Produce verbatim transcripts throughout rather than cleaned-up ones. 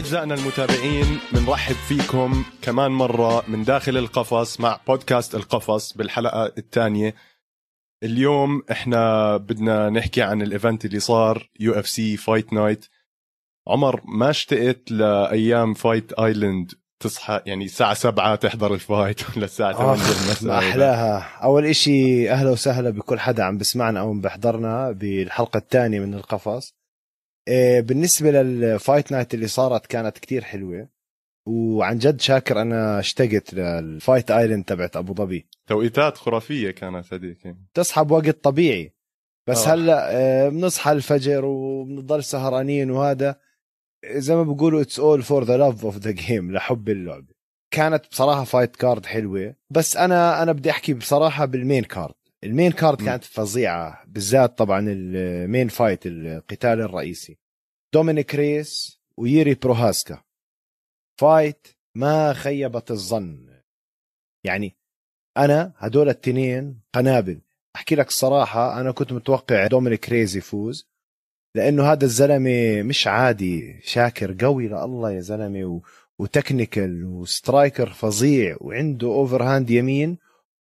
أعزائنا المتابعين بنرحب فيكم كمان مرة من داخل القفص مع بودكاست القفص بالحلقة الثانية. اليوم إحنا بدنا نحكي عن الإيفنت اللي صار يو إف سي فايت نايت. عمر، ما اشتقت لأيام فايت آيلاند تصحى يعني الساعة سبعة تحضر الفايت ولا الساعة ثمانية المساء؟ ما أحلاها. أول إشي أهلا وسهلا بكل حدا عم بسمعنا أو بحضرنا بالحلقة الثانية من القفص. بالنسبة للفايت نايت اللي صارت كانت كتير حلوة، وعن جد شاكر أنا اشتقت للفايت آيلاند تبعت أبو ظبي. توقيتات خرافية كانت هذيك، تصحى بوقت طبيعي، بس آه. هلأ بنصحى الفجر وبنضل سهرانين، وهذا زي ما بيقولوا it's all for the love of the game، لحب اللعبة. كانت بصراحة فايت كارد حلوة، بس أنا أنا بدي أحكي بصراحة بالمين كارد. المين كارد كانت فظيعة، بالذات طبعا المين فايت القتال الرئيسي دومينيك ريس وييري بروهاسكا. فايت ما خيبت الظن، يعني أنا هدول التنين قنابل. أحكي لك الصراحة، أنا كنت متوقع دومينيك ريس يفوز، لأنه هذا الزلمة مش عادي. شاكر قوي لله يا زلمة، و... وتكنيكال وسترايكر فظيع، وعنده اوفر هاند يمين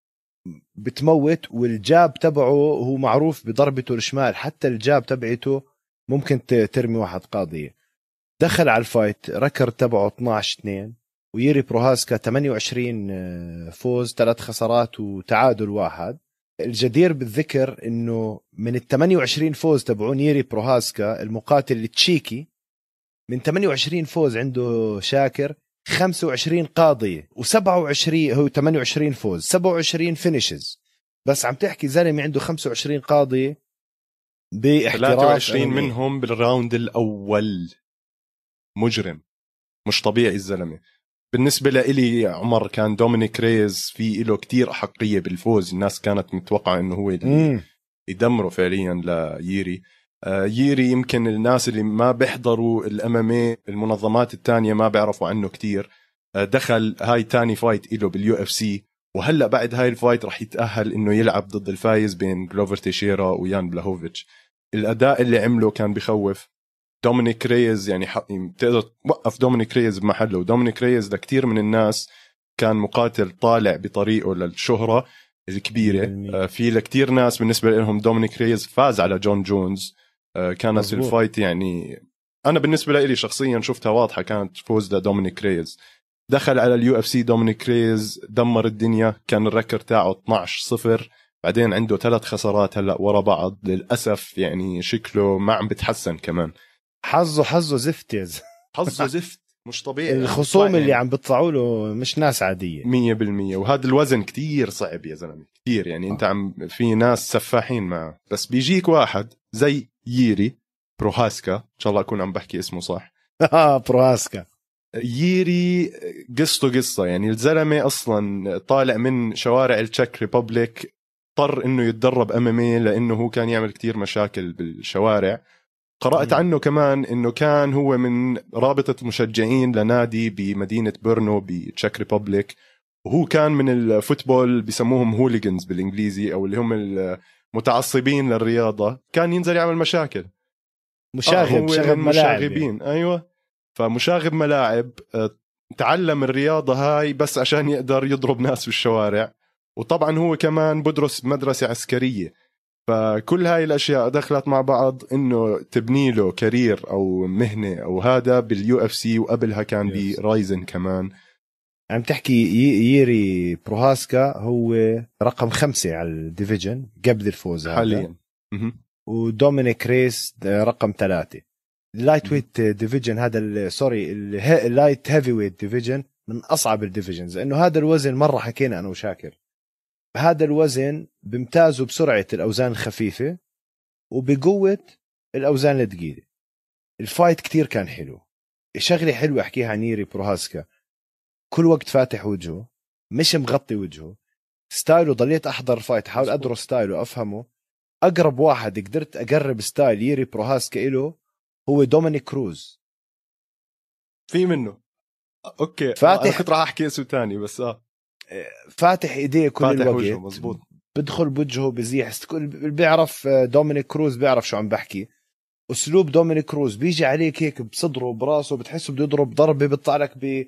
بتموت، والجاب تبعه هو معروف بضربته الشمال، حتى الجاب تبعته ممكن ترمي واحد قاضية. دخل على الفايت ركر تبعه اثناشر اثنين، وييري بروهاسكا ثمانية وعشرين فوز ثلاث خسارات وتعادل واحد. الجدير بالذكر انه من ال ثمانية وعشرين فوز تبعون ييري بروهاسكا المقاتل التشيكي، من ثمانية وعشرين فوز عنده شاكر خمسة وعشرين قاضية، وسبعة وعشرين هو ثمانية وعشرين فوز سبعة وعشرين فينيشز. بس عم تحكي زلمة عنده خمسة وعشرين قاضية باحتراف، ثلاثة وعشرين منهم بالراوند الأول. مجرم، مش طبيعي الزلمة. بالنسبة لإلي عمر، كان دومينيك ريز في له كتير أحقية بالفوز. الناس كانت متوقعة إنه هو اللي يدمره فعليا لييري. آه ييري يمكن الناس اللي ما بيحضروا الأمامي المنظمات التانية ما بيعرفوا عنه كتير. آه دخل هاي تاني فايت إله باليو اف سي، وهلأ بعد هاي الفايت رح يتأهل إنه يلعب ضد الفايز بين جلوفر تيشيرا ويان بلاهوفيتش. الأداء اللي عمله كان بخوف. دومينيك ريز يعني تقدر توقف دومينيك ريز بمحله. ودومينيك ريز لكتير من الناس كان مقاتل طالع بطريقه للشهرة الكبيرة. في لكتير ناس بالنسبة لهم دومينيك ريز فاز على جون جونز. كانت مزبوط. الفايت يعني أنا بالنسبة لي شخصيا شفتها واضحة، كانت فوز لدومينيك ريز. دخل على اليو اف سي دومينيك ريز دمر الدنيا، كان الركر تاعه اثناشر صفر، بعدين عنده ثلاث خسارات هلأ ورا بعض للأسف. يعني شكله ما عم بتحسن كمان. حظه حظه زفت حظه زفت مش طبيعي. الخصوم يعني اللي عم بيطلعوا له مش ناس عادية مية بالمية. وهذا الوزن كتير صعب يا زلمة، كتير يعني. آه. انت عم في ناس سفاحين معه، بس بيجيك واحد زي ييري بروهاسكا، ان شاء الله اكون عم بحكي اسمه صح. بروهاسكا. ييري قصته قصة، يعني الزلمة اصلا طالع من شوارع التشيك ريبوبليك، اضطر انه يتدرب امامي لانه هو كان يعمل كتير مشاكل بالشوارع. قرأت عنه كمان إنه كان هو من رابطة مشجعين لنادي بمدينة بيرنو بتشيك ريبوبليك، وهو كان من الفوتبول بيسموهم هوليجنز بالإنجليزي، أو اللي هم المتعصبين للرياضة. كان ينزل يعمل مشاكل، مشاغب آه شغب مشاغبين. أيوة، فمشاغب ملاعب. تعلم الرياضة هاي بس عشان يقدر يضرب ناس في الشوارع. وطبعا هو كمان بدرس مدرسة عسكرية، فكل هاي الأشياء دخلت مع بعض إنه تبني له كارير أو مهنة أو هذا باليو اف سي، وقبلها كان برايزن كمان. عم تحكي ييري بروهاسكا هو رقم خمسة على الديفيجن قبل الفوز حاليا، ودومينيك ريس رقم ثلاثة. اللايت ويت ديفيجن هذا سوري اللايت هيفي ويت ديفيجن من أصعب الديفيجنز، لأنه هذا الوزن مرة حكينا أنا وشاكر، هذا الوزن بمتازه بسرعة الأوزان الخفيفة وبقوة الأوزان الثقيلة. الفايت كتير كان حلو. شغلة حلوة أحكيها عن ييري بروهاسكا، كل وقت فاتح وجهه مش مغطي وجهه. ستايله ضليت أحضر فايت حاول أدرس ستايله أفهمه. أقرب واحد قدرت أقرب ستايل ييري بروهاسكا إله هو دومينيك كروز. في منه أوكي فاتح. أنا كنت راح أحكي اسم تاني بس آه فاتح إيديه كل فاتح الوقت، وجهه مزبوط. بدخل بوجهه بزيح. كل بيعرف دومينيك كروز بيعرف شو عم بحكي. اسلوب دومينيك كروز بيجي عليك هيك بصدره براسه، بتحسه بده يضرب ضربه بيطلع لك ب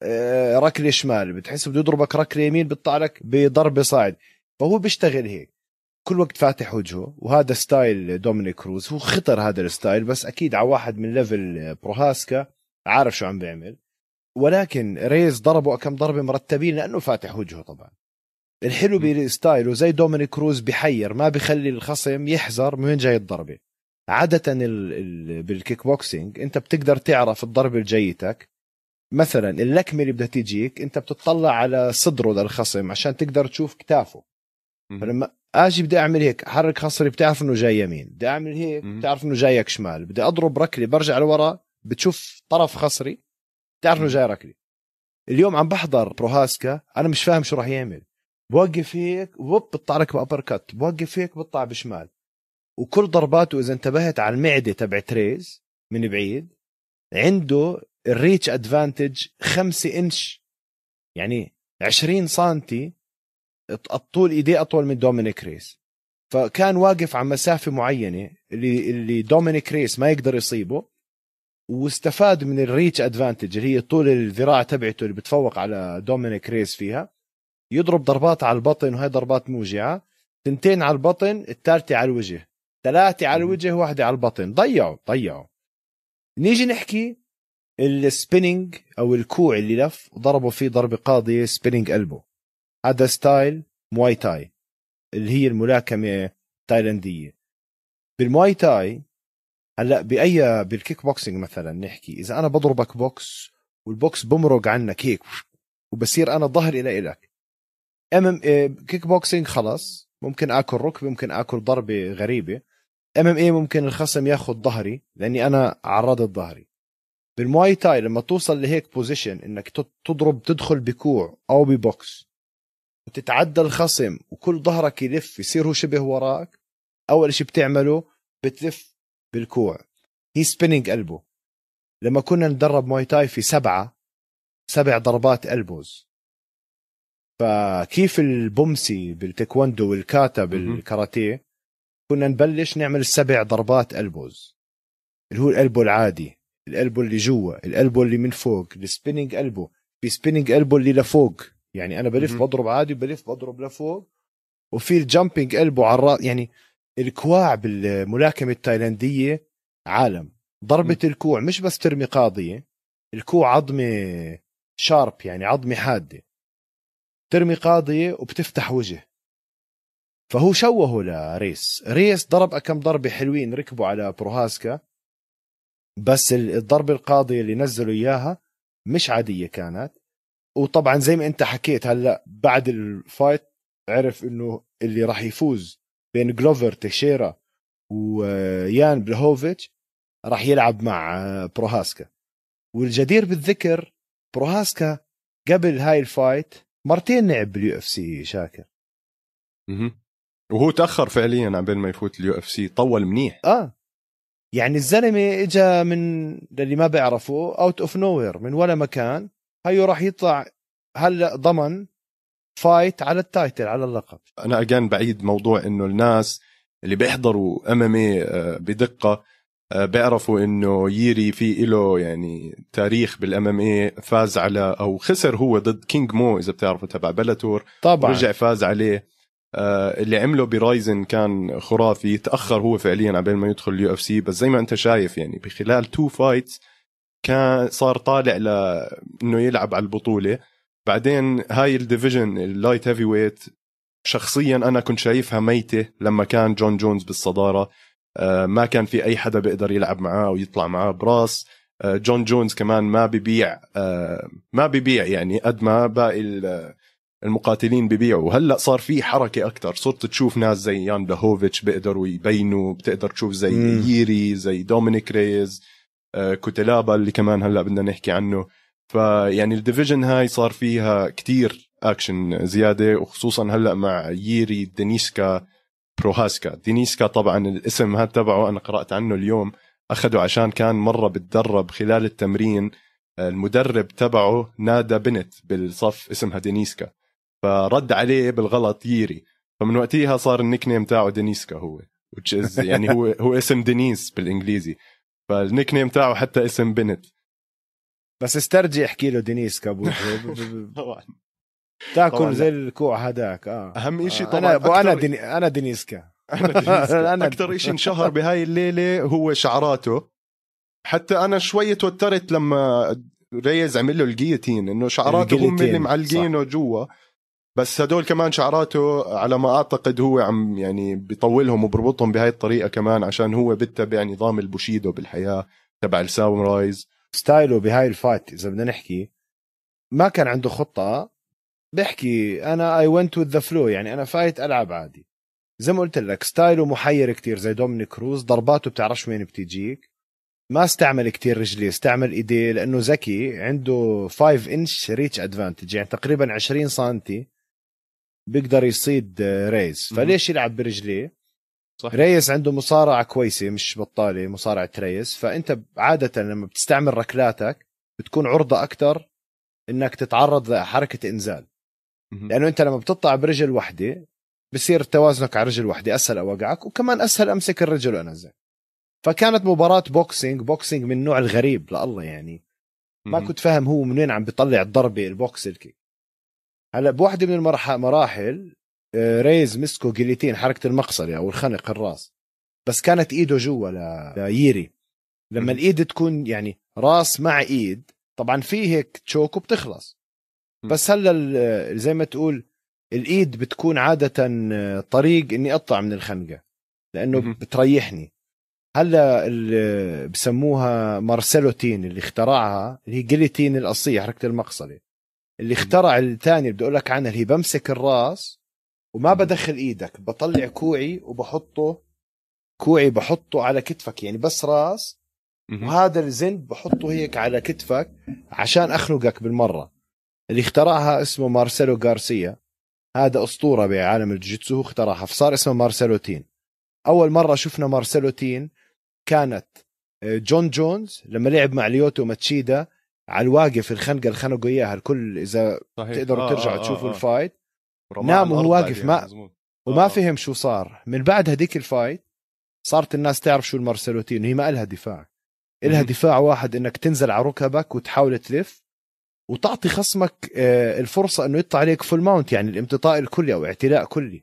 ركله شمال، بتحسه بده يضربك ركله يمين بيطلع لك بضربه صاعد. فهو بيشتغل هيك كل وقت فاتح وجهه، وهذا ستايل دومينيك كروز. هو خطر هذا الستايل، بس اكيد على واحد من ليفل بروهاسكا عارف شو عم بيعمل. ولكن ريز ضربه كم ضربه مرتبين لانه فاتح وجهه. طبعا الحلو بستايله زي دومينيك كروز بحير، ما بيخلي الخصم يحذر من وين جاي الضربه. عاده ال ال بالكيك بوكسينج انت بتقدر تعرف الضربه الجايتك، مثلا اللكمه اللي بدها تيجيك انت بتطلع على صدره للخصم عشان تقدر تشوف كتافه. فلما اجي بدي اعمل هيك حرك خصري بتعرف انه جاي يمين، بدي اعمل هيك بتعرف انه جايك شمال، بدي اضرب ركله برجع لورا بتشوف طرف خصري بتعرف انه جاي ركله. اليوم عم بحضر بروهاسكا انا مش فاهم شو راح يعمل، بوقف هيك وب بطلع لك بأبر كات، بوقف هيك بطلع بشمال، وكل ضرباته اذا انتبهت على المعده تبع تريز من بعيد عنده الريتش ادفانتج خمسة انش، يعني عشرين سنتي الطول، ايديه اطول من دومينيك ريس. فكان واقف على مسافه معينه اللي اللي دومينيك ريس ما يقدر يصيبه، واستفاد من الريتش ادفانتج اللي هي طول الذراع تبعته اللي بتفوق على دومينيك ريس فيها، يضرب ضربات على البطن وهي ضربات موجعه، تنتين على البطن، الثالثه على الوجه، ثلاثه على الوجه، واحده على البطن. ضيعوا ضيعوا نيجي نحكي السبيننج او الكوع اللي لف وضربوا فيه ضربه قاضيه سبيننج قلبه. هذا ستايل مواي تاي اللي هي الملاكمه التايلانديه. بالمواي تاي هلا باي بالكيك بوكسينج مثلا نحكي اذا انا بضربك بوكس والبوكس بمرق عنك هيك وبصير انا ظهري الى الك، ام ام كيك بوكسينج خلص ممكن اكل ركبه، ممكن اكل ضربه غريبه. ام ام اي ممكن الخصم ياخذ ظهري لاني انا عرضت ظهري. بالمواي تاي لما توصل لهيك بوزيشن انك تضرب تدخل بكوع او ببوكس وتتعدى الخصم وكل ظهرك يلف يصير هو شبه وراك، اول شيء بتعمله بتلف بالكوع، هي سبيننج قلبه. لما كنا ندرب مواي تاي في سبعة سبع ضربات ألبوز، فكيف البومسي بالتايكوندو والكاتا بالكاراتيه كنا نبلش نعمل سبع ضربات ألبوز، اللي هو القلبو العادي، القلبو اللي جوا، القلبو اللي من فوق، السبيننج قلبو، في سبيننج قلبو اللي لفوق، يعني انا بلف بضرب عادي بلف بضرب لفوق، وفي الجامبينج قلبو على الراس. يعني الكواع بالملاكمه التايلانديه عالم. ضربه الكوع مش بس ترمي قاضيه، الكوع عظمه شارب، يعني عظمه حاده، ترمي قاضيه وبتفتح وجه. فهو شوهه لريس، ريس ضرب كم ضربه حلوين ركبوا على بروهاسكا، بس الضربه القاضيه اللي نزلوا اياها مش عاديه كانت. وطبعا زي ما انت حكيت هلا بعد الفايت عرف انه اللي راح يفوز بين جلوفر تيشيرا ويان بلهوفيتش راح يلعب مع بروهاسكا. والجدير بالذكر بروهاسكا قبل هاي الفايت مرتين لعب باليو اف سي شاكر. اها وهو تاخر فعليا عبال ما يفوت اليو اف سي، طول منيح. اه يعني الزلمه اجى من اللي ما بيعرفه اوت اوف نوير من ولا مكان، هيو راح يطلع هلا ضمن فايت على التايتل على اللقب. انا اجان بعيد موضوع انه الناس اللي بيحضروا ام ام اي بدقه بيعرفوا انه ييري في له يعني تاريخ بالام ام اي، فاز على او خسر هو ضد كينج مو اذا بتعرفوا تبع بلاتور، طبعا ورجع فاز عليه. اللي عمله برايزن كان خرافي، تاخر هو فعليا عبال ما يدخل اليو اف سي، بس زي ما انت شايف يعني بخلال تو فايتس كان صار طالع لانه يلعب على البطوله. بعدين هاي الديفيجن اللايت هيفي ويت شخصيا انا كنت شايفها ميته لما كان جون جونز بالصداره، ما كان في اي حدا بيقدر يلعب معاه ويطلع معاه براس. جون جونز كمان ما بيبيع ما بيبيع يعني قد ما باقي المقاتلين بيبيعوا. وهلا صار في حركه اكتر، صرت تشوف ناس زي يان بلهوفيتش بيقدروا يبينوا، بتقدر تشوف زي مم. ييري، زي دومينيك ريز، كوتيلابا اللي كمان هلا بدنا نحكي عنه. فيعني الديفيجن هاي صار فيها كتير اكشن زياده، وخصوصا هلا مع ييري دينيسكا بروهاسكا. دينيسكا طبعا الاسم هذا تبعه انا قرأت عنه اليوم، اخذه عشان كان مره بتدرب خلال التمرين، المدرب تبعه نادى بنت بالصف اسمها دينيسكا، فرد عليه بالغلط ييري، فمن وقتها صار النيك نيم تاعه دينيسكا هو. which is يعني هو هو اسم دينيس بالانجليزي، فالنيك نيم تاعه حتى اسم بنت. بس استرجع احكي له دينيس كابو طبعا تاكل زي الكوع هداك. اه اهم إشي آه. طبعا انا انا ديني انا دينيسكا أنا اكثر إشي انشهر بهاي الليله هو شعراته. حتى انا شوي توترت لما ريز عمل له الجيتين انه شعراته هم اللي معلقينه جوا، بس هدول كمان شعراته على ما اعتقد هو عم يعني بيطولهم وبربطهم بهاي الطريقه كمان عشان هو بيتبع نظام البوشيدو بالحياه تبع السامورايز. ستايله بهاي الفايت اذا بدنا نحكي ما كان عنده خطه، بحكي انا اي ونت وذ ذا فلو، يعني انا فايت العب عادي زي ما قلت لك. ستايله محير كتير زي دومينيك كروز، ضرباته بتعرفش وين بتيجيك، ما استعمل كتير رجليه، استعمل ايديه لانه ذكي، عنده خمسة انش ريتش ادفانتج، يعني تقريبا عشرين سنتي بيقدر يصيد ريز، فليش يلعب برجليه؟ صح. ريز عنده مصارعة كويسة مش بطالة مصارعة ريز، فانت عادة لما بتستعمل ركلاتك بتكون عرضة اكتر انك تتعرض لحركة انزال، لانه انت لما بتطلع برجل واحدة بصير توازنك على رجل واحدة اسهل اوقعك، وكمان اسهل امسك الرجل وانزل. فكانت مباراة بوكسينج بوكسينج من النوع الغريب لله، يعني ما كنت فاهم هو من وين عم بيطلع الضربة البوكس الكيك. هلا بواحدة من المراحل ريز مسكو جيليتين، حركة المقصلة او الخنق الراس، بس كانت ايده جوا لييري. لما الايد تكون يعني راس مع ايد طبعا في هيك تشوك وبتخلص، بس هلا زي ما تقول الايد بتكون عادة طريق اني اطلع من الخنقة لانه بتريحني. هلا اللي بسموها مارسيلوتين اللي اخترعها اللي هي جيليتين الأصلية حركة المقصلة، اللي اخترع الثاني اللي بدي اقول لك عنها اللي هي بمسك الراس وما بدخل ايدك، بطلع كوعي وبحطه كوعي بحطه على كتفك، يعني بس راس، وهذا الزند بحطه هيك على كتفك عشان اخنقك بالمرة. اللي اخترعها اسمه مارسيلو غارسيا، هذا أسطورة بعالم الجيتسو، هو اخترعها فصار اسمه مارسيلوتين. أول مرة شفنا مارسيلوتين كانت جون جونز لما لعب مع ليوتو ماتشيدا على الواقف الخنقة اللي خنقوا إياها الكل، إذا صحيح. تقدروا آه ترجعوا آه تشوفوا آه الفايت، نام وهو واقف ما يعني وما آه فهم شو صار. من بعد هديك الفايت صارت الناس تعرف شو المارسيلوتين، هي ما إلها دفاع، إلها دفاع واحد إنك تنزل على ركبك وتحاول تلف وتعطي خصمك الفرصة إنه يطلع عليك فول ماونت، يعني الامتطاء الكلي أو اعتلاء كلي.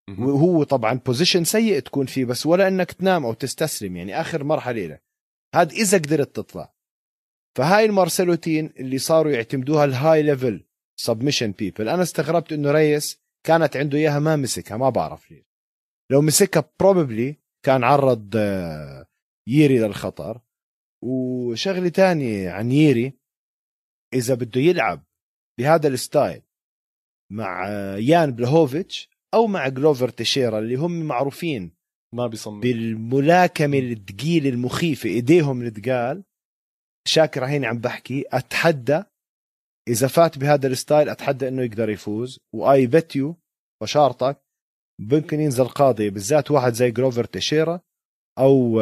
وهو طبعا بوزيشن سيء تكون فيه، بس ولا انك تنام او تستسلم، يعني اخر مرحله له هاد اذا قدرت تطلع. فهاي المارسيلوتين اللي صاروا يعتمدوها الهاي ليفل سبمشن بيبل، انا استغربت انه ريس كانت عنده اياها ما مسكها، ما بعرف ليش. لو مسكها بروبابلي كان عرض ييري للخطر. وشغله تانية عن ييري، اذا بده يلعب بهذا الستايل مع يان بلهوفيتش او مع جلوفر تيشيرا اللي هم معروفين ما بيصمم بالملاكمه الثقيله المخيفه، ايديهم الثقال، شاكر هيني عم بحكي، اتحدى اذا فات بهذا الستايل اتحدى انه يقدر يفوز. واي بتيو بشارتك ممكن ينزل قاضي، بالذات واحد زي جلوفر تيشيرا او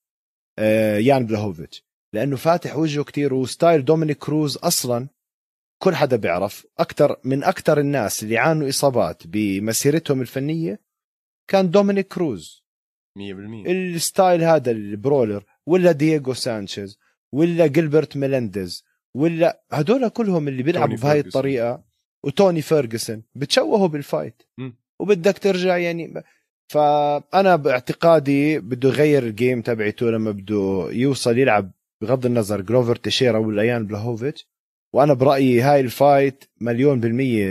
يان بلهوفيتش، لانه فاتح وجهه كتير. وستايل دومينيك كروز اصلا كل حدا بيعرف، أكتر من أكتر الناس اللي عانوا إصابات بمسيرتهم الفنية كان دومينيك كروز مية بالمية. الستايل هذا البرولر، ولا دييغو سانشيز، ولا جيلبرت ميلنديز، ولا هدول كلهم اللي بيلعبوا بهاي الطريقة، وتوني فيرغسون بتشوهوا بالفايت م. وبدك ترجع يعني. فأنا باعتقادي بده يغير الجيم تبعته لما بده يوصل يلعب بغض النظر جلوفر تيشيرا ولا يان بلهوفيتش. وأنا برأيي هاي الفايت مليون بالمية،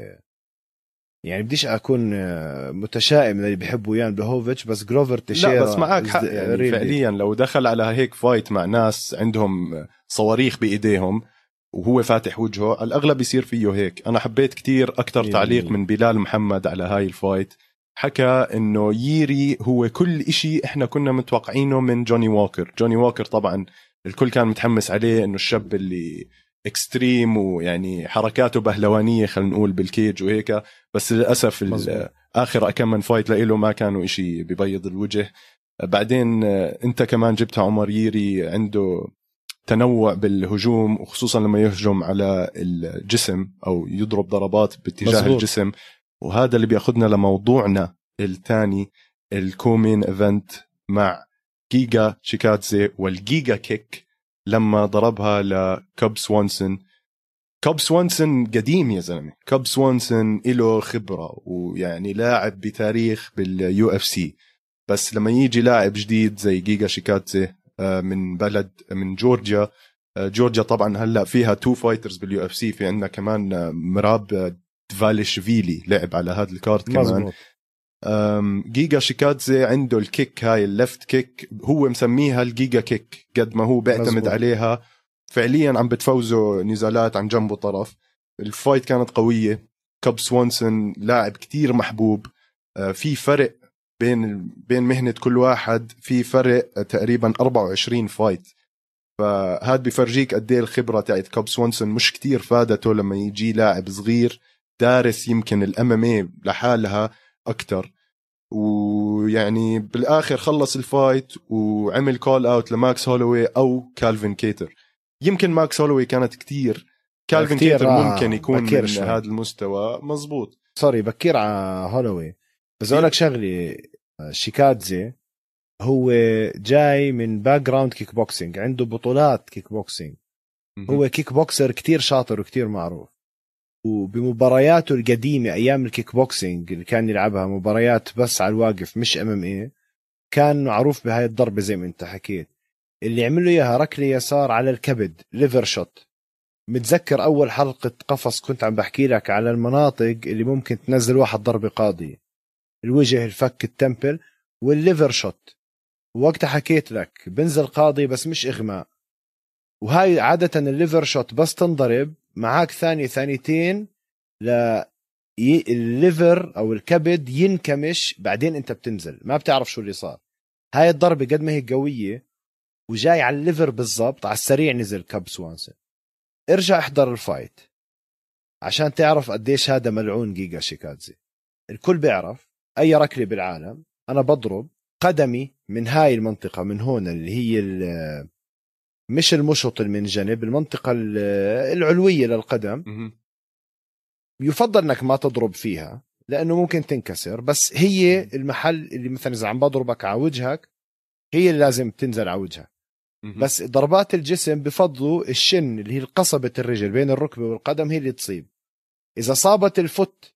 يعني بديش أكون متشائم اللي بيحبوا يان بلهوفيتش، بس جلوفر تيشيرا لا بس معك حق يعني فعليا لو دخل على هيك فايت مع ناس عندهم صواريخ بإيديهم وهو فاتح وجهه، الأغلب يصير فيه هيك. أنا حبيت كتير أكتر تعليق من بلال محمد على هاي الفايت، حكى إنه ييري هو كل إشي إحنا كنا متوقعينه من جوني ووكر. جوني ووكر طبعا الكل كان متحمس عليه، إنه الشاب اللي اكستريم ويعني حركاته بهلوانية خلينا نقول بالكيج وهيك، بس للأسف آخر كم من فايت لإله ما كانوا إشي ببيض الوجه. بعدين أنت كمان جبتها عمر، ييري عنده تنوع بالهجوم، وخصوصا لما يهجم على الجسم أو يضرب ضربات باتجاه مزبوط. الجسم، وهذا اللي بياخدنا لموضوعنا الثاني الكومين ايفنت مع جيجا شيكاتزي والجيجا كيك لما ضربها لكوب سوانسون. كوب سوانسون قديم يا زلمه، كوب سوانسون له خبره ويعني لاعب بتاريخ باليو اف سي، بس لما يجي لاعب جديد زي جيجا شيكاتزي من بلد من جورجيا، جورجيا طبعا هلا فيها تو فايترز باليو اف سي، في عندنا كمان مراب دفاليشفيلي لعب على هذا الكارت كمان. مزبوط. جيجا شيكاتزي عنده الكيك هاي اللفت كيك، هو مسميها الجيجا كيك قد ما هو بيعتمد مزبوط. عليها فعليا عم بتفوزوا نزالات عن جنبه طرف. الفايت كانت قوية. كوب سوانسون لاعب كتير محبوب، في فرق بين بين مهنة كل واحد، في فرق تقريبا أربعة وعشرين فايت، فهاد بيفرجيك قد ايه الخبرة تاعت كوب سوانسون مش كتير فادته لما يجي لاعب صغير دارس يمكن الام ام اي لحالها اكتر. ويعني بالاخر خلص الفايت وعمل كول اوت لماكس هولوي او كالفين كيتر. يمكن ماكس هولوي كانت كتير، كالفين كتير كيتر آه ممكن يكون من هذا المستوى. مزبوط، سوري بكير على هولوي. بس اقول لك شغلي، شيكاتزي هو جاي من باك جراوند كيك بوكسينج، عنده بطولات كيك بوكسينج، هو كيك بوكسر كتير شاطر وكتير معروف. وبمبارياته القديمة أيام الكيك بوكسينج اللي كان يلعبها مباريات بس على الواقف مش ام ام اي، كان معروف بهاي الضربة زي ما انت حكيت، اللي عملوا اياها ركلة يسار على الكبد، ليفر شوت. متذكر أول حلقة قفص كنت عم بحكي لك على المناطق اللي ممكن تنزل واحد ضربة قاضية، الوجه، الفك، التمبل، والليفر شوت. وقتها حكيت لك بنزل قاضي بس مش إغماء. وهاي عادة الليفر شوت بس تنضرب معاك ثانية ثانيتين ل الليفر أو الكبد ينكمش، بعدين أنت بتنزل ما بتعرف شو اللي صار. هاي الضربة قد ما هي قوية وجاي على الليفر بالضبط، على السريع نزل كوب سوانسون. ارجع احضر الفايت عشان تعرف قديش هذا ملعون جيجا شيكاتزي. الكل بيعرف أي ركلة بالعالم أنا بضرب قدمي من هاي المنطقة من هون اللي هي مش المشط من جانب المنطقة العلوية للقدم، يفضل انك ما تضرب فيها لانه ممكن تنكسر، بس هي المحل اللي مثلا اذا عم بضربك على وجهك هي اللي لازم تنزل على وجهك. بس ضربات الجسم بفضلوا الشن اللي هي القصبة الرجل بين الركبة والقدم هي اللي تصيب. اذا صابت الفت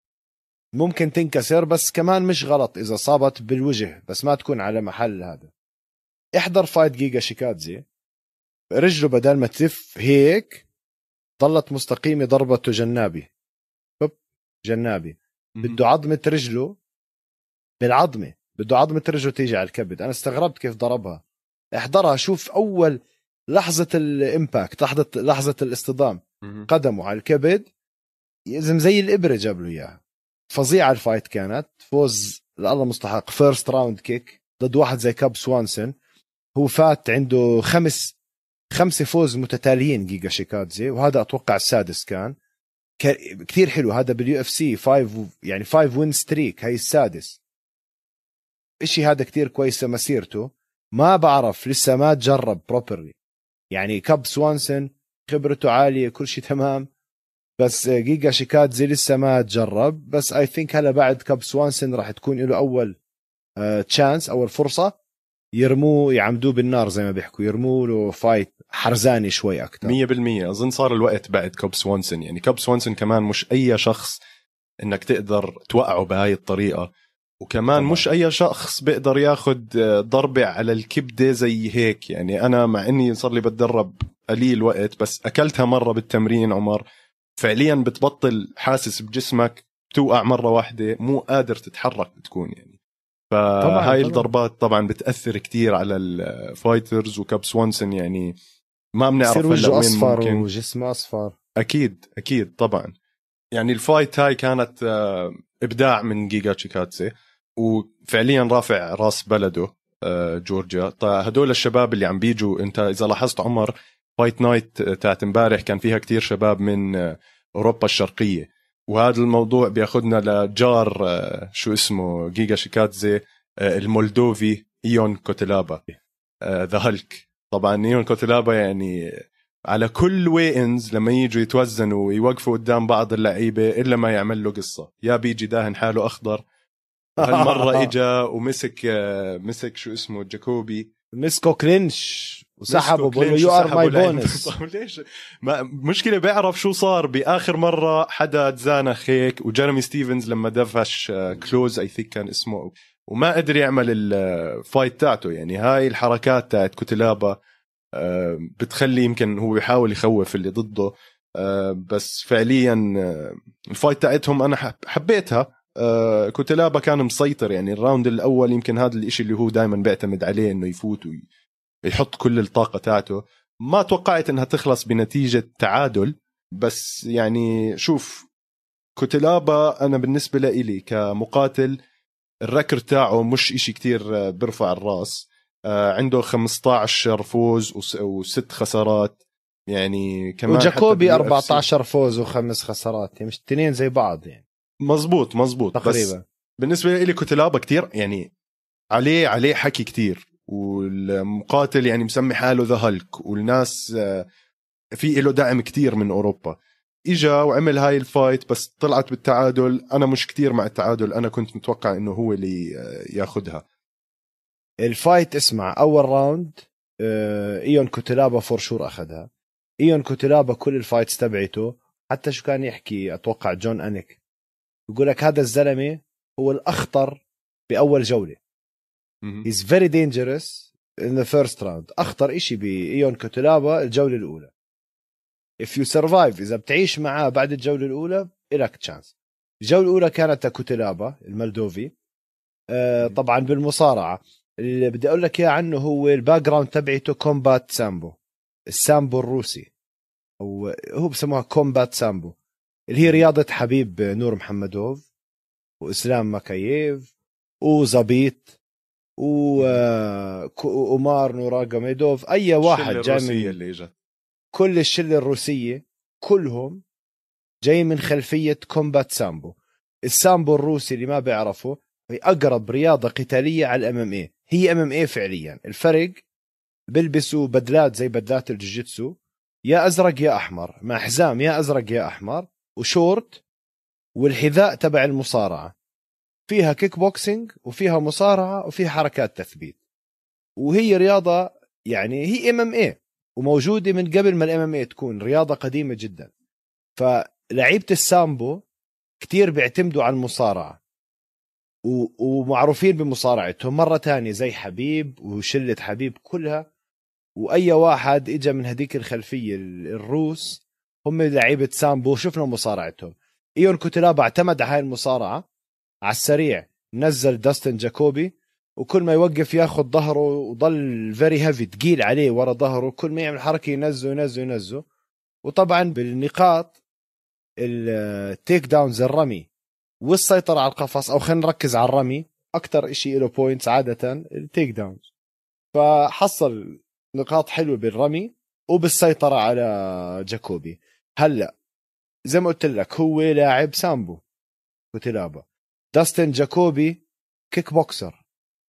ممكن تنكسر، بس كمان مش غلط اذا صابت بالوجه بس ما تكون على محل هذا. احضر فايت جيجا شيكاتزي، رجله بدل ما تلف هيك ضلت مستقيمة، ضربته جنابي بب جنابي، بده عظمة رجله بالعظمة، بده عظمة رجله تيجي على الكبد. أنا استغربت كيف ضربها. احضرها شوف أول لحظة الإمباكت، لحظة لحظة الاصطدام، قدمه على الكبد يزم زي الإبرة جاب له إياها. فظيعة الفايت كانت، فوز الله مستحق، فيرست راوند كيك ضد واحد زي كاب سوانسون. هو فات عنده خمس خمسة فوز متتاليين جيجا شيكاتزي، وهذا أتوقع السادس كان. كثير حلو هذا باليو اف سي، فايف يعني فايف وين ستريك، هاي السادس إشي، هذا كثير كويس مسيرته. ما بعرف لسه ما تجرب بروبرلي، يعني كاب سوانسون خبرته عالية كل شيء تمام، بس جيجا شيكاتزي لسه ما تجرب. بس اي ثينك هلا بعد كاب سوانسون راح تكون له أول تشانس، أول فرصة يرموه يعمدوه بالنار زي ما بيحكوا، يرموه له فايت حرزاني شوي أكتر. مية بالمية أظن صار الوقت بعد كوب سوانسون. يعني كوب سوانسون كمان مش أي شخص إنك تقدر توقعه بهاي الطريقة، وكمان طبعا. مش أي شخص بيقدر ياخد ضربة على الكبدة زي هيك. يعني أنا مع إني صار لي بتدرب قليل وقت، بس أكلتها مرة بالتمرين عمر، فعليا بتبطل حاسس بجسمك، توقع مرة واحدة مو قادر تتحرك بتكون يعني. فهاي الضربات طبعا بتأثر كتير على الفايترز. وكاب سوانسون يعني ما بنعرف هلا وين أصفر ممكن وجسمه أصفر. أكيد أكيد طبعا. يعني الفايت هاي كانت إبداع من جيجا شيكاتزي، وفعليا رافع راس بلده جورجيا. طيب هدول الشباب اللي عم بيجوا، انت إذا لاحظت عمر فايت نايت تاعت امبارح كان فيها كتير شباب من أوروبا الشرقية، وهذا الموضوع بياخدنا لجار شو اسمه جيجا شيكاتزي المولدوفي إيون كوتلابا ذا هالك. طبعا إيون كوتلابا يعني على كل وينز لما يجوا يتوزنوا ويوقفوا قدام بعض اللعيبة إلا ما يعمل له قصة، يا بيجي داهن حاله أخضر هالمره اجا ومسك مسك شو اسمه جاكوبي مسكو كلينش وسحبه بقول له يو ار ماي بونس. ليش ما مشكله بيعرف شو صار باخر مره حدا تزانخ هيك وجيرمي ستيفنز لما دفش كلوز اي ثينك كان اسمه وما قدر يعمل الفايت تاعته. يعني هاي الحركات تاعت كوتلابا بتخلي يمكن هو يحاول يخوف اللي ضده، بس فعليا الفايت تاعتهم انا حبيتها. كوتلابا كان مسيطر يعني الراوند الاول، يمكن هذا الاشي اللي هو دائما بيعتمد عليه انه يفوت ويحط كل الطاقه تاعته. ما توقعت انها تخلص بنتيجه تعادل، بس يعني شوف كوتلابا انا بالنسبه لي كمقاتل الركر تاعه مش اشي كتير برفع الراس. عنده خمسة عشر فوز وست خسارات يعني كمان، وجاكوبي أربعة عشر فوز وخمس خسارات، يعني مش الاثنين زي بعض يعني. مزبوط مزبوط تقريبا. بس بالنسبه لي كوتلابا كتير يعني عليه عليه حكي كتير، والمقاتل يعني مسمي حاله ذا هالك، والناس في له دعم كتير من أوروبا. إجا وعمل هاي الفايت بس طلعت بالتعادل. أنا مش كتير مع التعادل، أنا كنت متوقع إنه هو اللي ياخدها الفايت. اسمع أول راوند إيون كوتلابا فور شور أخدها. إيون كوتلابا كل الفايتس تبعته حتى شو كان يحكي أتوقع جون أنيك يقول لك هذا الزلمة هو الأخطر بأول جولة. he's very dangerous in the first round. أخطر إشي بإيون كوتلابا الجولة الأولى. if you survive إذا بتعيش معاه بعد الجولة الأولى إلك تشانس. الجولة الأولى كانت كوتلابا المالدوفي. آه طبعا بالمصارعة اللي بدي أقول لك إياه عنه هو الباك جراوند تبعته كومبات سامبو، السامبو الروسي، أو هو بسموها كومبات سامبو، اللي هي رياضة حبيب نور محمدوف وإسلام ماكاييف وزبيط وأمار نوراغاميدوف. أي واحد جاي من اللي إجت. كل الشلة الروسية كلهم جاي من خلفية كومبات سامبو. السامبو الروسي اللي ما بيعرفه هي أقرب رياضة قتالية على الام ام اي. هي ام ام اي فعليا. الفرق بيلبسوا بدلات زي بدلات الجوجيتسو، يا أزرق يا أحمر، مع حزام يا أزرق يا أحمر وشورت، والحذاء تبع المصارعة فيها كيك بوكسينج وفيها مصارعة وفيها حركات تثبيت. وهي رياضة يعني هي ام ام اي وموجودة من قبل ما الام ام اي تكون رياضة قديمة جدا. فلعيبة السامبو كتير بيعتمدوا على المصارعة ومعروفين بمصارعتهم. مرة تانية زي حبيب وشلة حبيب كلها، وأي واحد إجا من هديك الخلفية الروس هم لعيبة سامبو شفنا مصارعتهم. إيون كوتلابا اعتمد على هاي المصارعة. على السريع نزل داستن جاكوبي، وكل ما يوقف ياخد ظهره وضل فيري هيفي تقيل عليه ورا ظهره، كل ما يعمل حركة ينزله ينزله ينزله. وطبعا بالنقاط التيك داونز الرمي والسيطرة على القفص، أو خلينا نركز على الرمي أكتر إشي له بوينتس عادة التيك داونز. فحصل نقاط حلوة بالرمي وبالسيطرة على جاكوبي. هلأ زي ما قلت لك هو لاعب سامبو كوتلابا، داستن جاكوبي كيك بوكسر.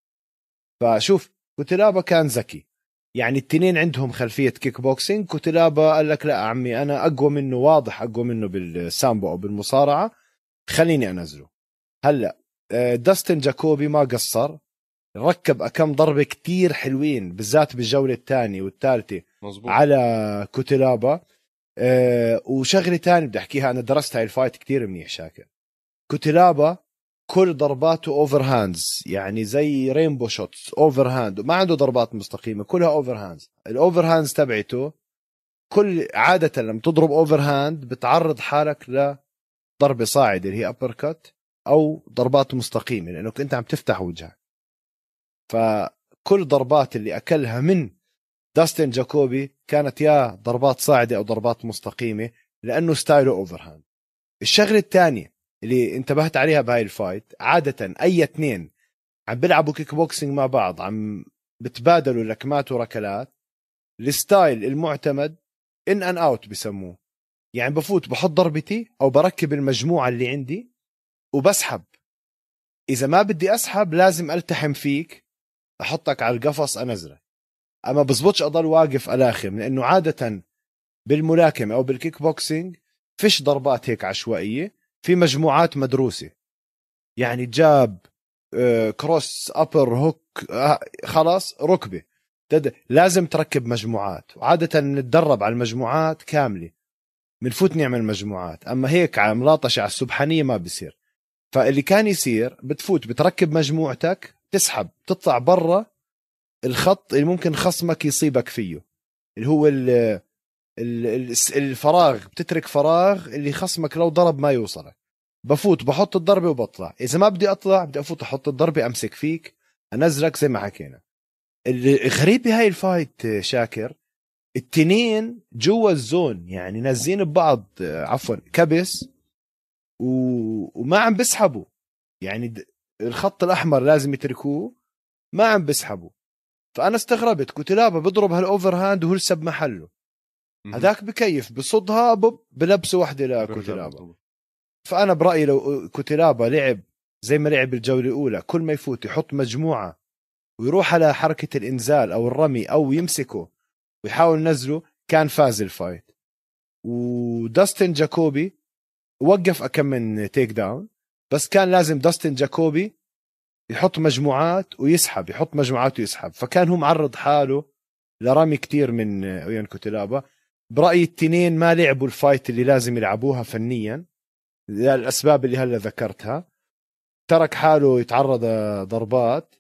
فشوف كوتلابا كان ذكي، يعني التنين عندهم خلفية كيك بوكسينج. كوتلابا قال لك لا عمي أنا أقوى منه، واضح أقوى منه بالسامبو أو بالمصارعة، خليني أنزله. هلأ داستن جاكوبي ما قصر، ركب كم ضربة كتير حلوين بالذات بالجولة الثانية والثالثة على كوتلابا. أه وشغلة تاني بدي أحكيها، أنا درست هاي الفايت كتير منيح شاكر. كوتلابا كل ضرباته اوفر هاندز، يعني زي رينبو شوتس اوفر هاند، ما عنده ضربات مستقيمة كلها اوفر هاندز. الاوفر هاندز تبعته كل عادة لما تضرب اوفر هاند بتعرض حالك لضربة صاعدة اللي هي ابر كات او ضربات مستقيمة، لانك انت عم تفتح وجهك. فكل ضربات اللي اكلها من داستن جاكوبي كانت يا ضربات صاعدة او ضربات مستقيمة، لانه ستايله اوفر هاند. الشغلة الثانية اللي انتبهت عليها بهاي الفايت، عادة اي اثنين عم بيلعبوا كيك بوكسينج مع بعض عم بتبادلوا لكمات وركلات، الستايل المعتمد ان ان اوت بسموه، يعني بفوت بحط ضربتي او بركب المجموعة اللي عندي وبسحب. اذا ما بدي اسحب لازم التحم فيك، احطك على القفص انزلك. اما بزبطش اضل واقف الاخم، لانه عادة بالملاكمة او بالكيك بوكسينج فيش ضربات هيك عشوائية، في مجموعات مدروسة. يعني جاب كروس ابر هوك خلاص ركبه لازم تركب مجموعات، وعاده نتدرب على المجموعات كامله بنفوت نعمل مجموعات، اما هيك على ملاطشه على السبحانيه ما بصير. فاللي كان يصير بتفوت بتركب مجموعتك تسحب تطلع برا الخط اللي ممكن خصمك يصيبك فيه، اللي هو ال الفراغ، بتترك فراغ اللي خصمك لو ضرب ما يوصلك. بفوت بحط الضربة وبطلع، إذا ما بدي أطلع بدي أفوت أحط الضربة أمسك فيك أنزلك زي ما حكينا. الغريب بهاي الفايت شاكر التنين جوا الزون، يعني نازين ببعض عفوا كبس و... وما عم بسحبوا، يعني الخط الأحمر لازم يتركوه ما عم بسحبوا. فأنا استغربت كوتيلابا بضرب هالأوفر هاند وهو لسه بمحله، هذاك بكيف بصدها بلبسه واحدة لكوتيلابا. فأنا برأيي لو كوتيلابا لعب زي ما لعب الجولة الأولى، كل ما يفوت يحط مجموعة ويروح على حركة الإنزال أو الرمي أو يمسكه ويحاول نزله، كان فاز الفايت. وداستن جاكوبي وقف أكم من تيك داون، بس كان لازم داستن جاكوبي يحط مجموعات ويسحب يحط مجموعات ويسحب، فكان هو معرض حاله لرمي كتير من أويان كوتيلابا. برأيي التنين ما لعبوا الفايت اللي لازم يلعبوها فنيا للأسباب اللي هلا ذكرتها، ترك حاله يتعرض ضربات،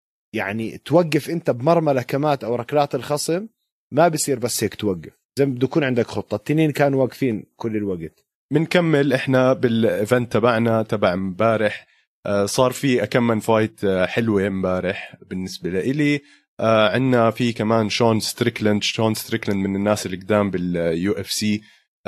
يعني توقف انت بمرمى لكمات او ركلات الخصم ما بصير بس هيك توقف، زي ما بده يكون عندك خطة. التنين كانوا واقفين كل الوقت. بنكمل احنا بالايفنت تبعنا تبع امبارح. صار في أكم من فايت حلوة امبارح بالنسبة لي. عندنا في كمان شون ستريكلند شون ستريكلند من الناس اللي قدام باليو اف سي،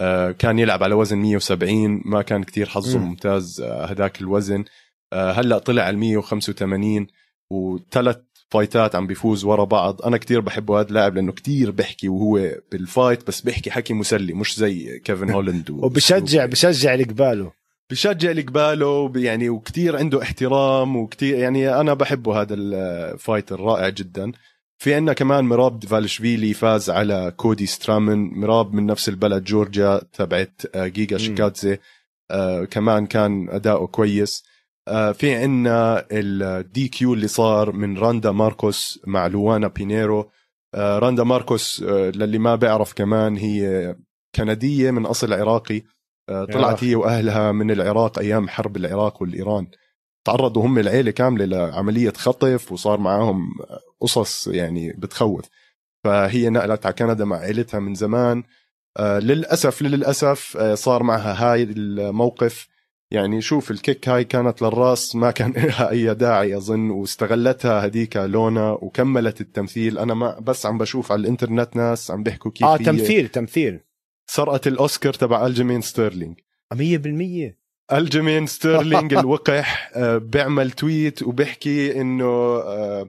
كان يلعب على وزن مية وسبعين، ما كان كتير حظه ممتاز هداك الوزن. هلأ طلع على مية وخمسة وثمانين وثلاث فايتات عم بيفوز ورا بعض. أنا كتير بحبه هذا اللاعب لأنه كتير بحكي وهو بالفايت، بس بحكي حكي مسلي مش زي كيفن هولاند وبشجع بشجع القباله بشجع القباله يعني، وكتير عنده احترام وكتير يعني أنا بحبه هذا الفايت الرائع جدا. في عنا كمان مراب دفالشفيلي فاز على كودي سترامن، مراب من نفس البلد جورجيا تبعت جيجا شيكاتزي، آه كمان كان أداؤه كويس. آه في عنا الدي كيو اللي صار من راندا ماركوس مع لوانا بينيرو. آه راندا ماركوس آه للي ما بيعرف كمان هي كندية من أصل عراقي، آه طلعت هي وأهلها من العراق أيام حرب العراق والإيران، تعرضوا هم العيلة كاملة لعملية خطف وصار معاهم قصص يعني بتخوف. فهي نقلت على كندا مع عيلتها من زمان. آه للأسف للأسف آه صار معها هاي الموقف. يعني شوف الكيك هاي كانت للراس ما كان لها أي داعي أظن، واستغلتها هديك لونا وكملت التمثيل. أنا ما بس عم بشوف على الإنترنت ناس عم بيحكوا كيف آه تمثيل تمثيل سرقت الأوسكار تبع ألجيمين ستيرلينج مية بالمية. ألجيمين ستيرلينج الوقح بيعمل تويت وبيحكي إنه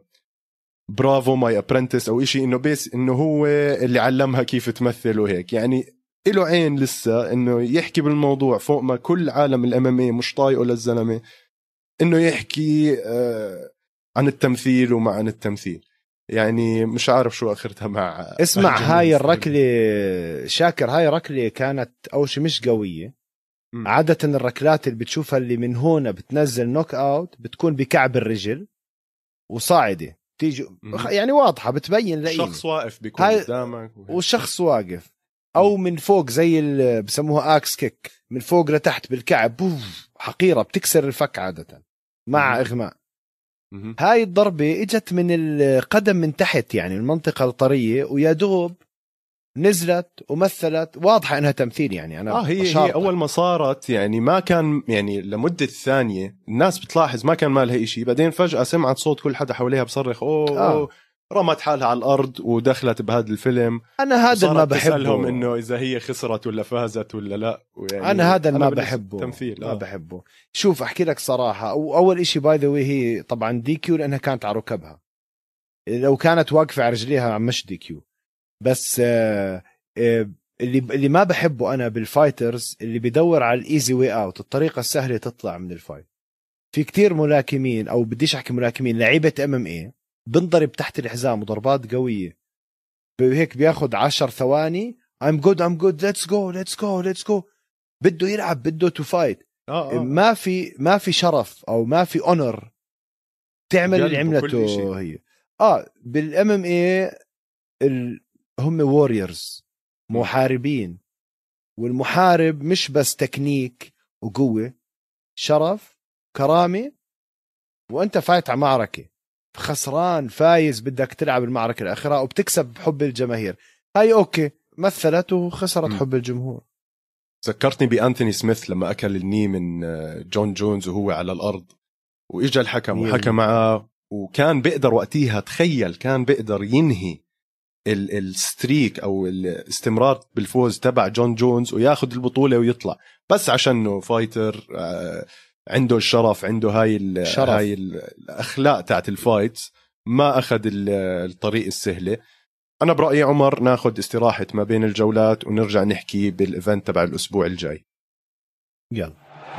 برافو ماي أبرنتس أو إشي، إنه بس إنه هو اللي علمها كيف تمثل وهيك. يعني إله عين لسه إنه يحكي بالموضوع فوق ما كل عالم الام ام اي مش طايقه للزلمة إنه يحكي عن التمثيل ومع عن التمثيل. يعني مش عارف شو آخرتها مع اسمع هاي الركلة شاكر، هاي ركلة كانت أول شيء مش قوية. م. عادة الركلات اللي بتشوفها اللي من هون بتنزل نوك أوت بتكون بكعب الرجل وصاعدة تيجي يعني واضحة بتبين لأيه شخص واقف بيكون قدامك وشخص واقف، أو من فوق زي اللي بسموها آكس كيك من فوق لتحت بالكعب بوف حقيرة بتكسر الفك عادة مع م. إغماء. م. هاي الضربة اجت من القدم من تحت يعني المنطقة الطرية ويا دوب نزلت ومثلت، واضحة انها تمثيل يعني. انا آه هي, هي اول ما صارت يعني ما كان يعني لمدة ثانية الناس بتلاحظ ما كان مالها إشي، بعدين فجأة سمعت صوت كل حدا حواليها بصرخ اوه, آه. أوه رمت حالها على الارض ودخلت بهذا الفيلم. انا هذا ما بحبه، تسألهم انه اذا هي خسرت ولا فازت ولا لا. يعني انا هذا ما بحبه تمثيل. ما آه. بحبه. شوف احكي لك صراحة، اول إشي باي ذا واي هي طبعا دي كيو لانها كانت على ركبها، لو كانت واقفة على رجليها مش دي كيو. بس آه اللي اللي ما بحبه انا بالفايترز اللي بيدور على الايزي واي اوت، الطريقه السهله تطلع من الفايت. في كتير ملاكمين او بديش احكي ملاكمين لعيبه ام ام اي بنضرب تحت الحزام وضربات قويه هيك بياخد عشر ثواني I'm good I'm good let's go let's go let's go بده يلعب بده تو فايت. آه آه. ما في ما في شرف او ما في اونر تعمل اللي عملته هي اه بالام ام اي ال... هم ووريرز محاربين، والمحارب مش بس تكنيك وقوة، شرف كرامة، وانت فايت على معركة خسران فايز بدك تلعب المعركة الأخيرة وبتكسب حب الجماهير. هاي اوكي مثلت وخسرت م. حب الجمهور. ذكرتني بأنتوني سميث لما أكل الني من جون جونز وهو على الأرض، وإجا الحكم وحكى معه، وكان بيقدر وقتها تخيل كان بيقدر ينهي الستريك أو الاستمرار بالفوز تبع جون جونز وياخد البطولة ويطلع، بس عشانه فايتر عنده الشرف، عنده هاي الشرف. هاي الأخلاق تاعت الفايت، ما أخذ الطريق السهلة. أنا برأيي عمر ناخد استراحة ما بين الجولات ونرجع نحكي بالإيفنت تبع الأسبوع الجاي. يلا.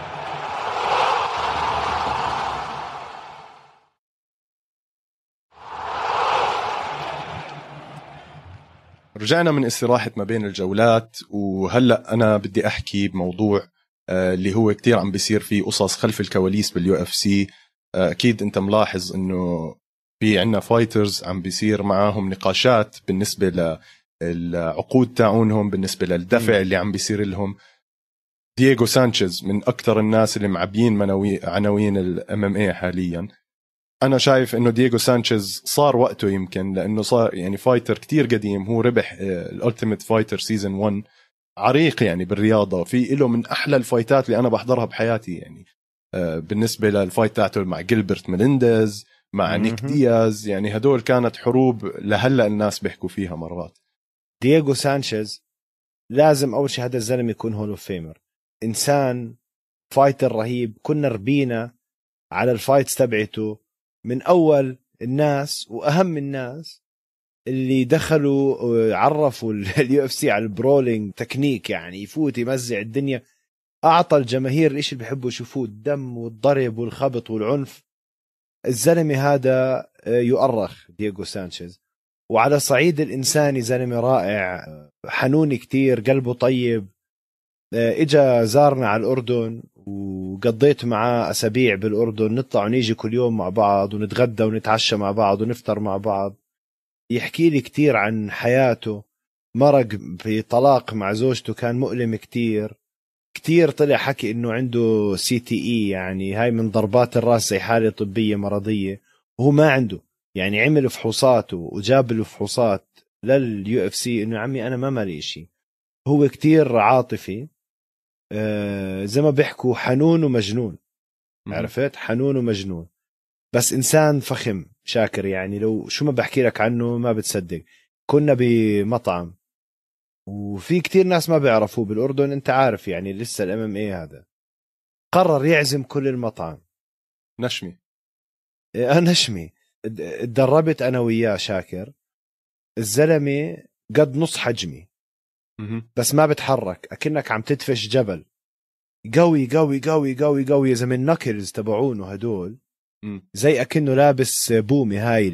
رجعنا من استراحة ما بين الجولات، وهلأ أنا بدي أحكي بموضوع اللي هو كتير عم بيصير فيه قصص خلف الكواليس باليو اف سي. أكيد أنت ملاحظ أنه في عنا فايترز عم بيصير معاهم نقاشات بالنسبة للعقود تاعونهم، بالنسبة للدفع اللي عم بيصير لهم. دييغو سانشيز من أكتر الناس اللي معبيين منوي عناوين الام ام اي حاليا. أنا شايف إنه دييغو سانشيز صار وقته، يمكن لأنه صار يعني فايتر كتير قديم، هو ربح الألتيميت فايتر سيزن واحد، عريق يعني بالرياضة، في إله من أحلى الفايتات اللي أنا بحضرها بحياتي يعني. بالنسبة للفايت تاعته مع جيلبرت ميلينديز، مع نيك دياز، يعني هدول كانت حروب لهلأ الناس بيحكوا فيها مرات. دييغو سانشيز لازم أول شيء هذا الزلمة يكون هولو فيمر، إنسان فايتر رهيب. كنا ربينا على الفايتس تبعته من أول الناس وأهم الناس اللي دخلوا عرفوا اليو اف سي على البرولينج تكنيك، يعني يفوت يمزع الدنيا. أعطى الجماهير الإشي اللي بيحبوا يشوفوه، الدم والضرب والخبط والعنف. الزلمة هذا يؤرخ دييغو سانشيز، وعلى صعيد الإنساني زلمة رائع، حنون كتير، قلبه طيب. إجا زارنا على الأردن وقضيت معاه أسابيع بالأردن، نطلع ونيجي كل يوم مع بعض ونتغدى ونتعشى مع بعض ونفطر مع بعض. يحكي لي كتير عن حياته، مرق في طلاق مع زوجته كان مؤلم كتير كتير. طلع حكي إنه عنده سي تي إي، يعني هاي من ضربات الرأس زي حالة طبية مرضية، وهو ما عنده. يعني عمل فحوصاته وجاب له فحوصات لليو اف سي إنه عمي أنا ما مالي إشي. هو كتير عاطفي، آه زي ما بيحكوا حنون ومجنون. عرفت؟ حنون ومجنون، بس إنسان فخم شاكر. يعني لو شو ما بحكي لك عنه ما بتصدق. كنا بمطعم وفي كتير ناس ما بيعرفوه بالأردن، انت عارف يعني لسه الام ام اي هذا، قرر يعزم كل المطعم. نشمي اه نشمي. اتدربت انا وياه شاكر، الزلمة قد نص حجمي بس ما بتحرك، اكنك عم تدفش جبل. قوي قوي قوي قوي قوي، زي من نكلز تبعونه هدول، زي اكنه لابس بومي هاي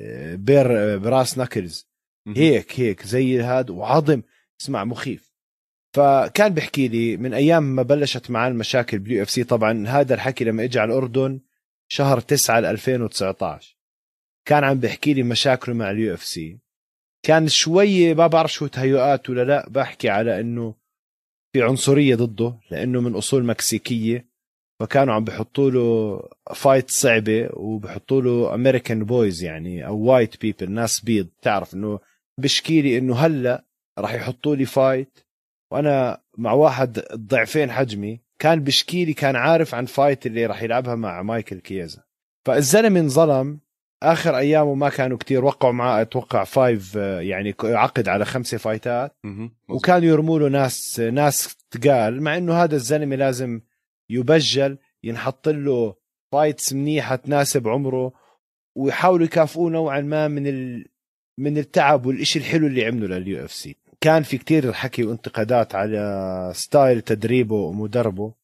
بير براس نكلز، هيك هيك زي هاد، وعظم اسمع مخيف. فكان بيحكي لي من ايام ما بلشت معاه المشاكل باليو اف سي. طبعا هذا الحكي لما اجى على الاردن شهر تسعة ألفين وتسعطعش، كان عم بيحكي لي مشاكله مع اليو اف سي. كان شويه ما بعرف شو تهيؤات ولا لا، بحكي على انه في عنصريه ضده لانه من اصول مكسيكيه، فكانوا عم بيحطوا له فايت صعبه وبيحطوا له امريكان بويز يعني او وايت بيبل، ناس بيض. تعرف انه بشكي لي انه هلا راح يحطوا لي فايت وانا مع واحد ضعفين حجمي. كان بشكي لي كان عارف عن فايت اللي راح يلعبها مع مايكل كييزا. فالزلمه انظلم. اخر ايامه ما كانوا كتير، وقعوا معاه اتوقع فايف، يعني عقد على خمسة فايتات، وكانوا يرموا له ناس ناس تقال، مع انه هذا الزلمه لازم يبجل، ينحط له فايتس منيحه تناسب عمره، ويحاولوا يكافئوه نوعا ما من ال... من التعب والإشي الحلو اللي عمله لليو اف سي. كان في كتير حكي وانتقادات على ستايل تدريبه ومدربه،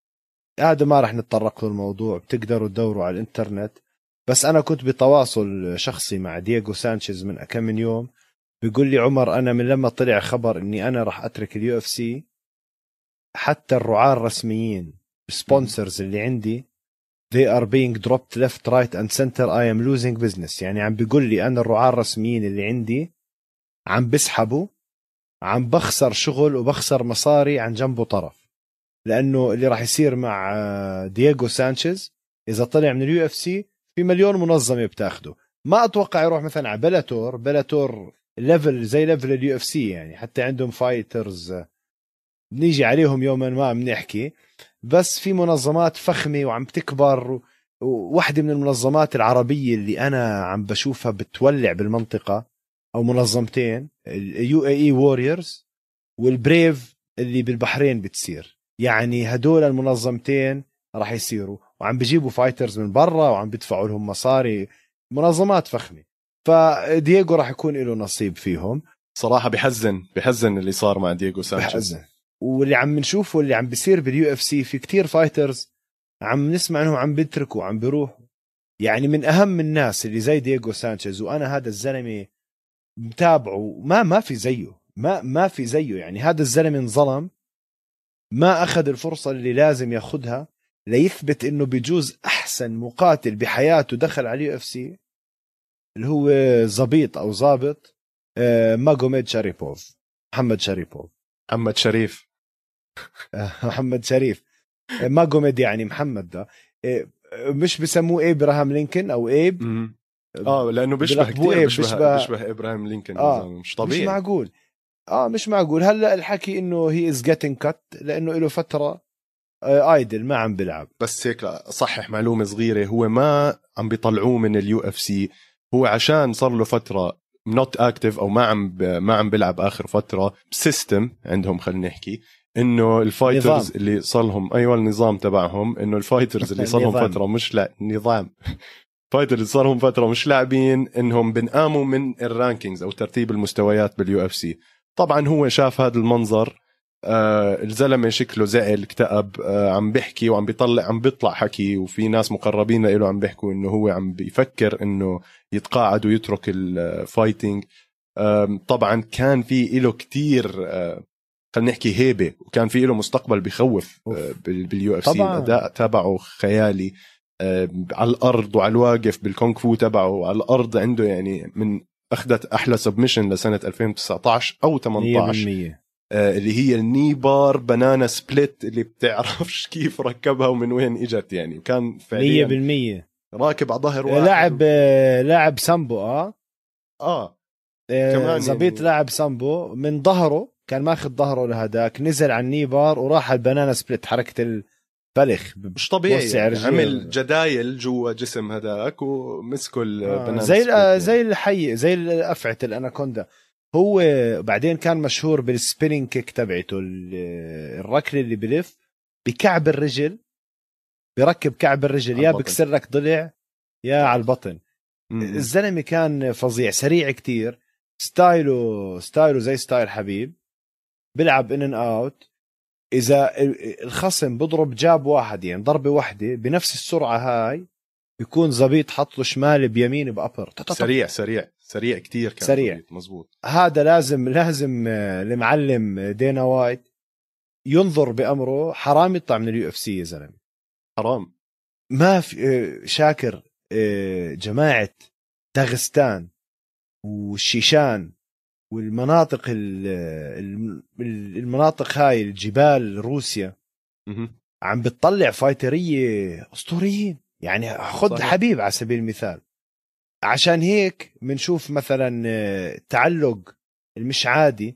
هذا ما رح نتطرق له الموضوع، بتقدروا تدوروا على الانترنت. بس أنا كنت بتواصل شخصي مع دييغو سانشيز من كم من يوم، بيقول لي عمر أنا من لما طلع خبر إني أنا رح أترك اليو اف سي، حتى الرعاة الرسميين السبونسرز اللي عندي they are being dropped left right and center I am losing business. يعني عم بيقول لي أنا الرعاة الرسميين اللي عندي عم بسحبوا، عم بخسر شغل وبخسر مصاري عن جنبه طرف، لأنه اللي راح يصير مع دييغو سانشيز إذا طلع من اليو اف سي في مليون منظمة بتاخده. ما أتوقع يروح مثلا على بلاتور، بلاتور ليفل زي ليفل اليو اف سي، يعني حتى عندهم فايترز بنيجي عليهم يوما ما بنحكي، بس في منظمات فخمة وعم تكبر. وواحدة من المنظمات العربية اللي أنا عم بشوفها بتولع بالمنطقة أو منظمتين، اليو اي اي ووريرز والبريف اللي بالبحرين بتصير، يعني هدول المنظمتين راح يصيروا وعم بيجيبوا فايترز من برا وعم بيدفعوا لهم مصاري، منظمات فخمة. فدييغو راح يكون له نصيب فيهم. صراحة بحزن بحزن اللي صار مع دييغو سانشيز، بحزن. واللي عم نشوفه اللي عم بيصير باليو اف سي، في كتير فايترز عم نسمع انهم عم بيتركوا عم بيروحوا. يعني من اهم الناس اللي زي دييغو سانشيز، وانا هذا الزلمه متابعه، ما ما في زيه، ما ما في زيه. يعني هذا الزلمه انظلم، ما اخذ الفرصه اللي لازم ياخذها ليثبت انه بيجوز احسن مقاتل بحياته دخل على اليو اف سي، اللي هو زبيط او ضابط ماجوميد شاريبوف، محمد شاريبوف محمد شريف محمد شريف ماجوميد، يعني محمد ده مش بسموه ابراهام لينكولن او ايب. اه لانه بيشبه كثير إيه بيشبه, بيشبه بيشبه ابراهام لينكولن. آه مش طبيعي، مش معقول. اه مش معقول. هلا الحكي انه هي از جيتنج كات لانه له فتره ايدل ما عم بيلعب. بس هيك صحح معلومه صغيره، هو ما عم بيطلعوه من اليو اف سي، هو عشان صار له فتره نوت اكتيف او ما عم ما عم بيلعب اخر فتره. سيستم عندهم خلينا نحكي انه الفايترز نظام. اللي صار لهم ايوه النظام تبعهم انه الفايترز اللي صار لهم فتره مش لا نظام فايترز صار لهم فتره مش لاعبين، انهم بنقاموا من الرانكينجز او ترتيب المستويات باليو اف سي. طبعا هو شاف هذا المنظر، آه الزلمه شكله زعل اكتئب، آه عم بيحكي وعم بيطلع عم بيطلع حكي، وفي ناس مقربين له عم بيحكوا انه هو عم بيفكر انه يتقاعد ويترك الفايتنج. آه طبعا كان في له كتير آه خلينا نحكي هيبه، وكان في له مستقبل بخوف آه باليو اف سي. الاداء تبعه خيالي آه على الارض وعلى الواقف بالكونغ فو تبعه على الارض عنده، يعني من اخذت احلى سبمشن لسنه ألفين وتسعة عشر او ثمانية عشر مية بالمية. آه اللي هي النيبار بنانا سبليت اللي بتعرفش كيف ركبها ومن وين اجت، يعني كان فعليا مية بالمية راكب على ظهر واحد. لاعب و... لاعب سامبو اه اه كمان زبيط يعني... لاعب سامبو من ظهره، كان ماخذ ظهره لهداك، نزل على النيبار وراح على البنانا سبليت، حركة الفلخ مش طبيعي يعني. عمل جدايل جوا جسم هداك ومسكوا البنانا آه زي سبليت يعني. زي الحي زي الأفعة الأناكوندا. هو بعدين كان مشهور بالسبينينج كيك تبعته، الركل اللي بلف بكعب الرجل، بركب كعب الرجل يا بكسر لك ضلع يا على البطن. الزلمة كان فظيع، سريع كتير، ستايله ستايله زي ستايل حبيب، بلعب ان ان اوت. اذا الخصم بضرب جاب واحد يعني ضربة واحدة بنفس السرعة هاي، بيكون زبيط حط له شمال بيمين بأبر، سريع سريع سريع كتير كان سريع. مزبوط. هذا لازم لازم المعلم دينا وايت ينظر بأمره، حرام يطلع من اليو اف سي يا زلمة، حرام. ما في شاكر جماعة داغستان والشيشان والمناطق المناطق هاي الجبال روسيا عم بتطلع فايترية أسطوريين. يعني خد صحيح. حبيب على سبيل المثال، عشان هيك منشوف مثلا تعلق المش عادي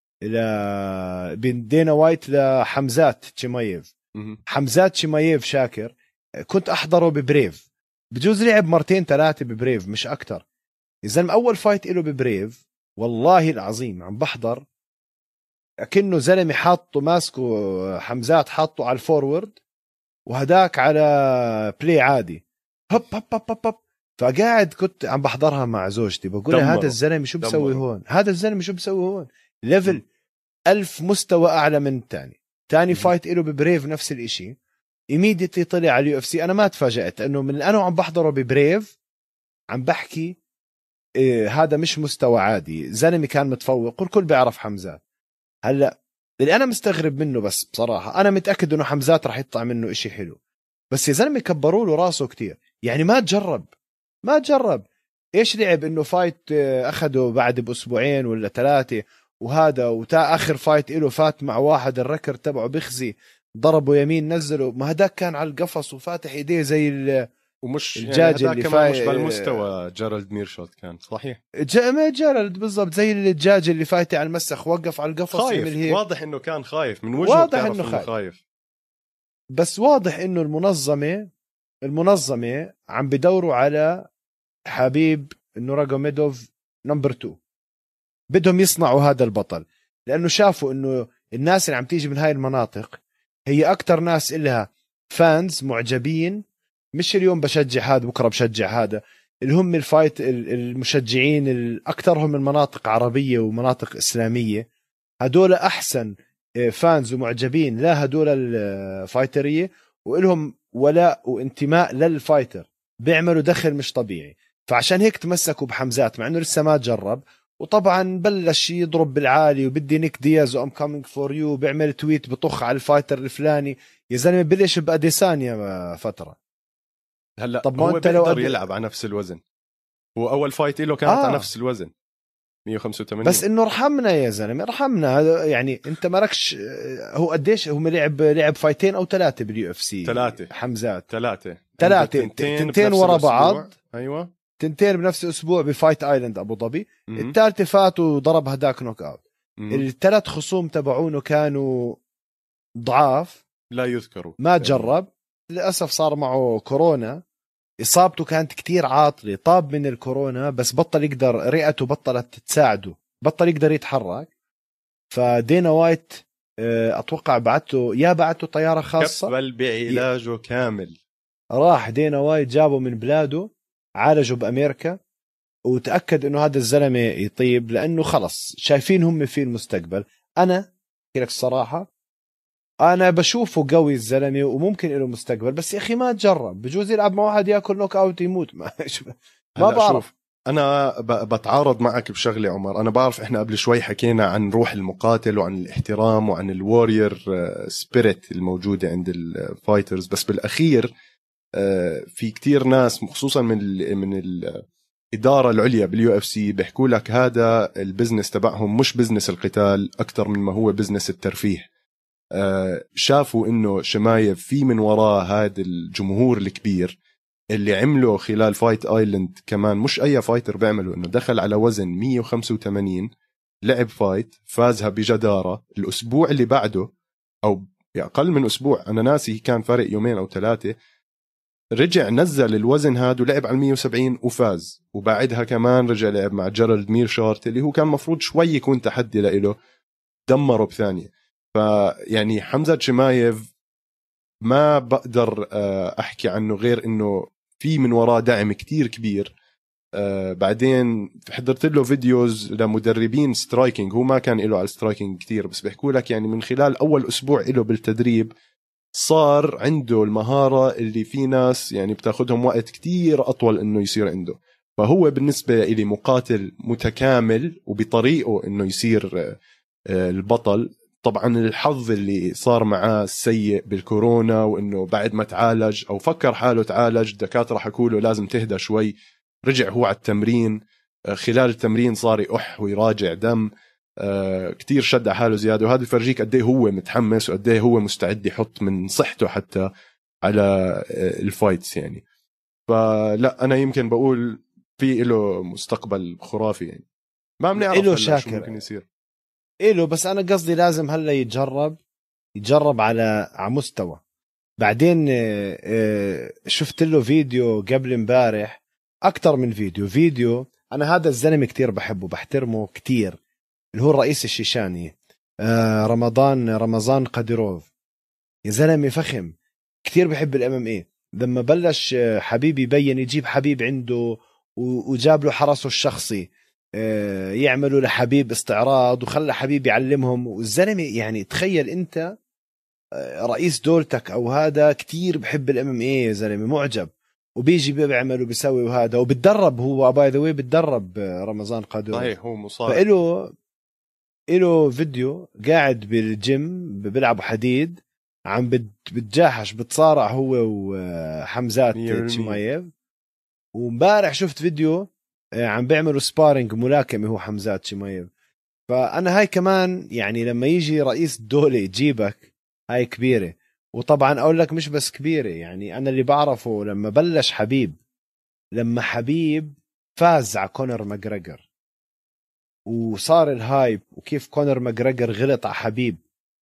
بين دينا وايت لحمزات تشيمايف. حمزات تشيمايف شاكر كنت أحضره ببريف، بجوز لعب مرتين ثلاثة ببريف مش أكتر. إذا أول فايت إله ببريف والله العظيم عم بحضر أكنه زلمي حاطه ماسكه حمزات حاطه على الفورورد وهداك على بلاي عادي، هب هب هب هب, هب. فقاعد كنت عم بحضرها مع زوجتي بقول هذا الزلمي شو بسوي هون، هذا الزلمي شو بسوي هون. ليفل ألف مستوى أعلى من الثاني. تاني فايت إله ببريف نفس الإشي، immediately طلع على اليو اف سي. أنا ما تفاجأت أنه من أنا عم بحضره ببريف عم بحكي إيه هذا مش مستوى عادي، زلمي كان متفوق والكل بيعرف حمزات. هلا اللي انا مستغرب منه بس بصراحه انا متاكد انه حمزات راح يطلع منه إشي حلو، بس يا زلمه كبروا له راسه كتير، يعني ما تجرب ما تجرب ايش لعب انه فايت اخده بعد باسبوعين ولا ثلاثه وهذا، وتا اخر فايت له فات مع واحد الركر تبعه بخزي ضربه يمين نزله، ما هداك كان على القفص وفاتح ايديه زي ومش الدجاج يعني اللي كمان فاي... مش بالمستوى جيرالد ميرشوت كان صحيح جا... ما جيرالد بالضبط زي الدجاج اللي فايته على المسخ، وقف على القفص خايف، عمل هيك، واضح انه كان خايف من وجهه، واضح إنه, إنه إنه خايف. خايف. بس واضح انه المنظمه المنظمه عم بدوروا على حبيب نورماجوميدوف نمبر اثنين، بدهم يصنعوا هذا البطل، لانه شافوا انه الناس اللي عم تيجي من هاي المناطق هي اكتر ناس إلها فانز معجبين، مش اليوم بشجع هذا بكره بشجع هذا، اللي هم الفايت المشجعين الاكثرهم من مناطق عربيه ومناطق اسلاميه، هدول احسن فانز ومعجبين لا هدول الفايتريه، وإلهم ولاء وانتماء للفايتر، بيعملوا دخل مش طبيعي. فعشان هيك تمسكوا بحمزات مع انه لسه ما جرب، وطبعا بلش يضرب بالعالي وبدي نيك دياز وام كامينج فور يو، بيعمل تويت بطخ على الفايتر الفلاني، يا زلمه بلش باديسانيا فتره. هلا طب هو انت لو بيقدر أد... يلعب على نفس الوزن، هو اول فايت له كانت آه. على نفس الوزن مية وخمسة وثمانين، بس انه رحمنا يا زلمه رحمنا، هذا يعني انت مالكش، هو قديش هم لعب لعب فايتين او ثلاثه باليو اف سي؟ ثلاثه حمزات ثلاثه ثلاثه تنتين ورا بعض، ايوه تنتين بنفس الاسبوع بفايت ايلاند ابو ظبي، الثالثه فات وضرب هداك نوك اوت. الثلاث خصوم تبعونه كانوا ضعاف لا يذكروا، ما جرب للاسف، صار معه كورونا، اصابته كانت كتير عاطله، طاب من الكورونا بس بطل يقدر، رئته بطلت تساعده، بطل يقدر يتحرك. فدينا وايت اتوقع بعته يا بعته طياره خاصه كفل بعلاجه كامل، راح دينا وايت جابه من بلاده عالجه بامريكا، وتاكد انه هذا الزلمه يطيب، لانه خلص شايفين هم في المستقبل. انا احكي لك الصراحه انا بشوفه قوي الزلمه وممكن له مستقبل، بس يا اخي ما تجرب، بجوز يلعب مع واحد ياكل نوك اوت يموت، ما ما بعرف. انا بتعارض معك بشغله عمر، انا بعرف احنا قبل شوي حكينا عن روح المقاتل وعن الاحترام وعن الوارير سبيريت الموجوده عند الفايترز، بس بالاخير في كتير ناس خصوصا من ال من الاداره العليا باليو اف سي بيحكوا لك هذا البزنس تبعهم مش بزنس القتال اكثر من ما هو بزنس الترفيه. شافوا انه شمايف في من وراء هذا الجمهور الكبير اللي عمله خلال فايت ايلاند، كمان مش اي فايتر بيعمله، انه دخل على وزن مية وخمسة وثمانين لعب فايت فازها بجدارة، الاسبوع اللي بعده او اقل من اسبوع انا ناسي كان فارق يومين او ثلاثة، رجع نزل الوزن هذا ولعب على مية وسبعين وفاز، وبعدها كمان رجع لعب مع جيرالد ميرشارت اللي هو كان مفروض شوي يكون تحدي لإله، دمره بثانية. فيعني حمزة شمايف ما بقدر احكي عنه غير انه في من وراه دعم كتير كبير. أه بعدين حضرت له فيديوز لمدربين سترايكينج، هو ما كان له على السترايكينج كتير، بس بيحكوا لك يعني من خلال اول اسبوع له بالتدريب صار عنده المهارة اللي في ناس يعني بتاخدهم وقت كتير اطول انه يصير عنده. فهو بالنسبة لي مقاتل متكامل وبطريقه انه يصير أه البطل. طبعا الحظ اللي صار معاه السيء بالكورونا، وانه بعد ما تعالج او فكر حاله تعالج دكاتره حكوا له لازم تهدى شوي، رجع هو على التمرين، خلال التمرين صار يح ويراجع دم كتير، شد على حاله زياده، وهذا يفرجيك قد ايه هو متحمس وقد ايه هو مستعد يحط من صحته حتى على الفايتس يعني. فلا انا يمكن بقول في له مستقبل خرافي يعني، ما بنعرف هلا شو ممكن يصير إله، بس أنا قصدي لازم هلا يتجرب يتجرب على على مستوى. بعدين شفت له فيديو قبل امبارح، أكتر من فيديو فيديو أنا هذا الزلمة كتير بحبه بحترمه كتير، اللي هو الرئيس الشيشاني رمضان رمضان قاديروف، يا زلمة فخم كتير بحب الام ام اي. لما بلش حبيب يبين يجيب حبيب عنده وجاب له حرسه الشخصي يعملوا لحبيب استعراض وخلى حبيب يعلمهم، والزلمه يعني تخيل انت رئيس دولتك او هذا كتير بحب الام ام اي، زلمه معجب وبيجي بيعمل وبيسوي وهذا، وبتدرب هو باي ذا واي بتدرب رمضان قادر صحيح، هو مصاب، فإله إله فيديو قاعد بالجيم بيلعبوا حديد عم بتجاحش بتصارع هو وحمزات شمايف. ومبارح شفت فيديو عم بيعملوا سبارينج ملاكمة هو حمزات شمايف. فأنا هاي كمان يعني لما يجي رئيس الدولة يجيبك هاي كبيرة. وطبعا أقول لك مش بس كبيرة، يعني أنا اللي بعرفه لما بلش حبيب، لما حبيب فاز على كونر ماجريجر وصار الهايب وكيف كونر ماجريجر غلط على حبيب،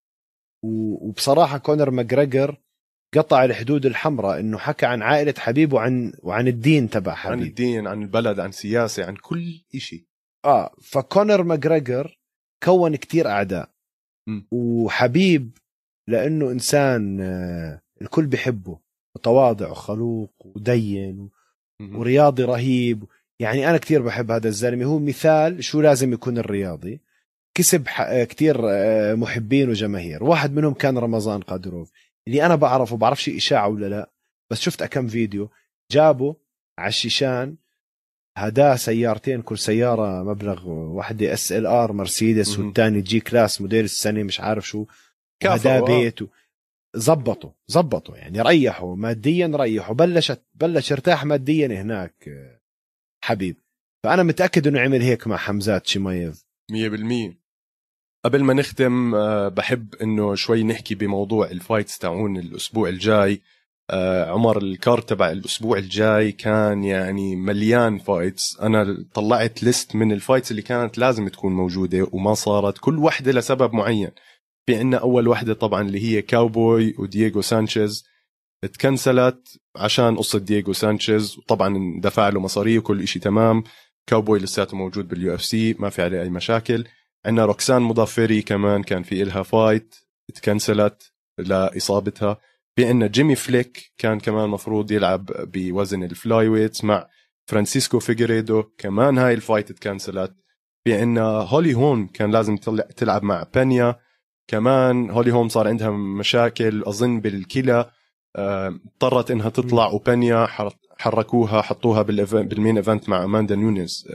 وبصراحة كونر ماجريجر قطع الحدود الحمراء انه حكى عن عائلة حبيب وعن وعن الدين تبع حبيب، عن الدين، عن البلد، عن سياسة، عن كل إشي. اه فكونر ماجريجر كون كتير اعداء. م. وحبيب لانه انسان آه الكل بيحبه، متواضع وخلوق ودين م. ورياضي رهيب. يعني انا كتير بحب هذا الزلمة، هو مثال شو لازم يكون الرياضي. كسب كتير محبين وجماهير. واحد منهم كان رمضان قادروف اللي أنا بعرفه، بعرفش إشاعة ولا لا، بس شفت أكم فيديو جابه على الشيشان، هدا سيارتين، كل سيارة مبلغ، واحدة اس ال ار مرسيدس والتاني جي كلاس موديل السنة مش عارف شو، هدا بيته. زبطوا زبطوا يعني ريحوا ماديا، ريحوا بلشت بلش ارتاح ماديا هناك حبيب. فأنا متأكد أنه عمل هيك مع حمزات شمايف مية بالمية. قبل ما نختم بحب انه شوي نحكي بموضوع الفايتس تاعون الاسبوع الجاي. عمر الكار تبع الاسبوع الجاي كان يعني مليان فايتس. انا طلعت ليست من الفايتس اللي كانت لازم تكون موجودة وما صارت، كل واحدة لسبب معين. في عنا اول واحدة طبعا اللي هي كاوبوي ودييغو سانشيز، اتكنسلت عشان قصة دييغو سانشيز، وطبعا دفع له مصاريه وكل اشي تمام. كاوبوي لساته موجود باليو اف سي، ما في عليه اي مشاكل. عندنا روكسان مضافري كمان كان في إلها فايت اتكنسلت لإصابتها. في عندنا جيمي فليك كان كمان مفروض يلعب بوزن الفلاي ويتس مع فرانسيسكو فيغريدو، كمان هاي الفايت اتكنسلت. في عندنا هولي هوم كان لازم تلعب مع بانيا، كمان هولي هوم صار عندها مشاكل أظن بالكلى، اضطرت انها تطلع. وبانيا حركوها حطوها بالمين ايفنت مع أماندا نونيز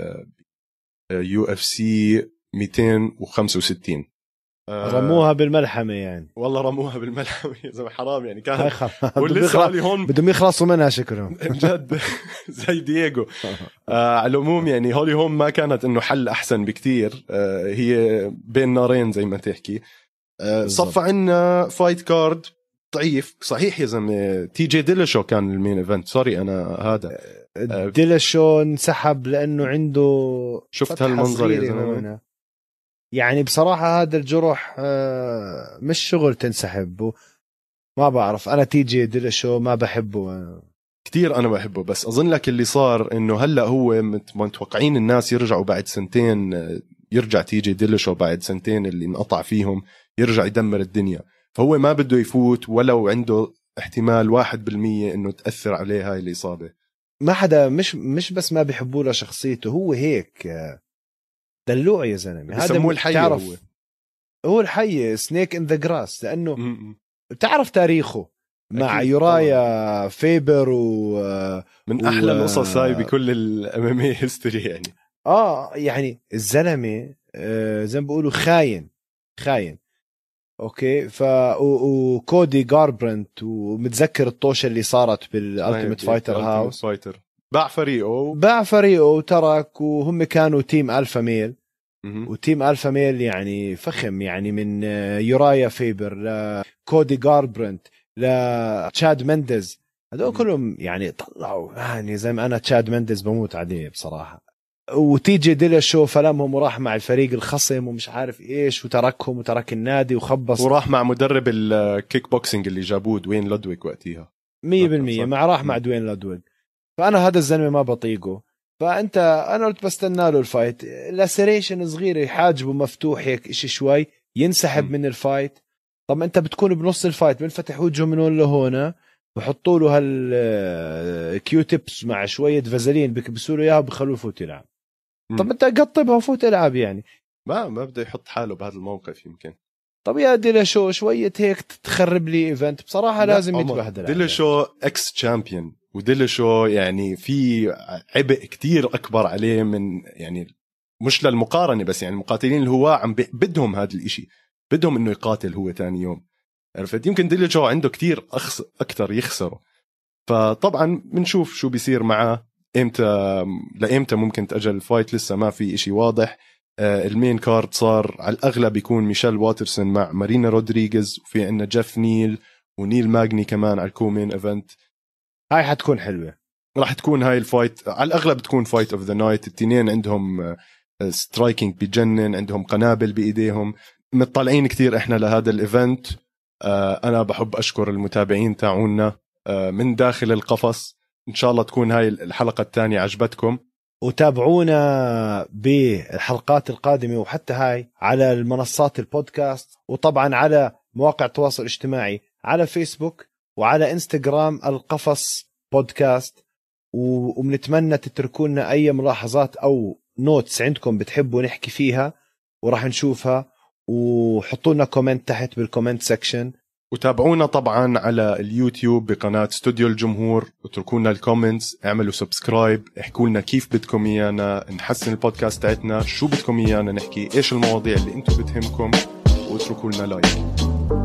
يو اف سي مئتين وخمسة وستين. رموها بالملحمة يعني، والله رموها بالملحمة يا زلمة حرام يعني. كان ولسه هون بدهم يخلصوا منها شكلهم جد زي دييغو. آه على العموم يعني هولي هوم ما كانت انه حل احسن بكتير، آه هي بين نارين زي ما تحكي. آه صفى عنا فايت كارد ضعيف صحيح يا زلمة. تي جي ديلاشو كان المين ايفنت، سوري انا هذا آه ديلاشو انسحب لانه عنده، شفت هالمنظر يا زلمة. يعني بصراحة هذا الجرح مش شغل تنسحب. ما بعرف أنا تي جي ديلاشو ما بحبه كتير. أنا بحبه بس أظن لك اللي صار إنه هلأ هو متوقعين الناس يرجعوا بعد سنتين، يرجع تي جي ديلاشو بعد سنتين اللي انقطع فيهم يرجع يدمر الدنيا. فهو ما بده يفوت ولو عنده احتمال واحد بالمية إنه تأثر عليه هاي الإصابة. ما حدا مش مش بس ما بيحبوه لشخصيته، هو هيك دلوع يا زلمه. هذا مو الحي، تعرف هو هو الحي سنيك ان ذا جراس، لانه م-م. بتعرف تاريخه مع يورايا طبعا. فيبر و من احلى و... القصص هاي بكل الام ام اي هيستوري يعني. اه يعني الزلمه آه زي ما بيقولوا خاين خاين. اوكي ف و... وكودي جاربرنت، ومتذكر الطوشه اللي صارت بالالتيميت فايتر هاوس، باع فريقه باع فريقه وترك، وهم كانوا تيم ألفا ميل. وتيم ألفا ميل يعني فخم، يعني من يورايا فيبر لكودي جاربرنت لتشاد مندز، هذول كلهم يعني طلعوا يعني زي ما أنا تشاد مندز بموت عليه بصراحة. وتيجي ديلاشو فلمهم وراح مع الفريق الخصم ومش عارف إيش، وتركهم وترك النادي وخبص، وراح مع مدرب الكيك بوكسينج اللي جابوه دوين لودويك وقتها مية بالمية مع راح مع دوين لودويك. فأنا هذا الزلمة ما بطيقه. فأنت أنا قلت بستنى له الفايت، لاسريشن صغيرة حاجبه مفتوح هيك إشي شوي ينسحب م. من الفايت. طب أنت بتكون بنص الفايت بنفتح وجهه من هون لهون، بحطوا له هالكيو تيبس مع شوية فازلين بكبسوا له إياها وبخلوه فوت يلعب. طب أنت قطبها وفوت العب يعني. ما ما بده يحط حاله بهذا الموقف يمكن. طب يا ديلاشو شوية هيك تخرب لي إيفنت بصراحة، لازم يتبهدل. ديلاشو اكس تشامبيون، وديلاشو يعني في عبء كتير أكبر عليه من يعني مش للمقارنة، بس يعني المقاتلين اللي هو عم بدهم هذا الاشي، بدهم انه يقاتل هو تاني يوم. عرفت؟ يمكن ديليجو عنده كتير أخس أكتر يخسره. فطبعا بنشوف شو بيصير معه إمتى لإمتى ممكن تأجل الفايت، لسه ما في إشي واضح. آه المين كارد صار على الأغلب يكون ميشيل واترسون مع مارينا رودريغيز، وفي عنا جيف نيل ونيل ماغني كمان على الكومين إيفنت. هاي حتكون حلوة، راح تكون هاي الفايت على الأغلب تكون فايت أوف ذا نايت. التنين عندهم سترايكينج بجنن، عندهم قنابل بإيديهم، متطلعين كتير إحنا لهذا الإيفنت. آه أنا بحب أشكر المتابعين تاعونا آه من داخل القفص. إن شاء الله تكون هاي الحلقة الثانية عجبتكم، وتابعونا بالحلقات القادمة، وحتى هاي على المنصات البودكاست، وطبعا على مواقع التواصل الاجتماعي على فيسبوك وعلى انستغرام القفص بودكاست. وبنتمنى تتركوا لنا أي ملاحظات أو نوتس عندكم بتحبوا نحكي فيها، وراح نشوفها، وحطوا لنا كومنت تحت بالكومنت سيكشن. وتابعونا طبعا على اليوتيوب بقناة استوديو الجمهور، وتركوا لنا الكومنتس، اعملوا سبسكرايب، احكوا لنا كيف بدكم ايانا نحسن البودكاست تاعتنا، شو بدكم ايانا نحكي، ايش المواضيع اللي انتم بتهمكم، واتركوا لنا لايك.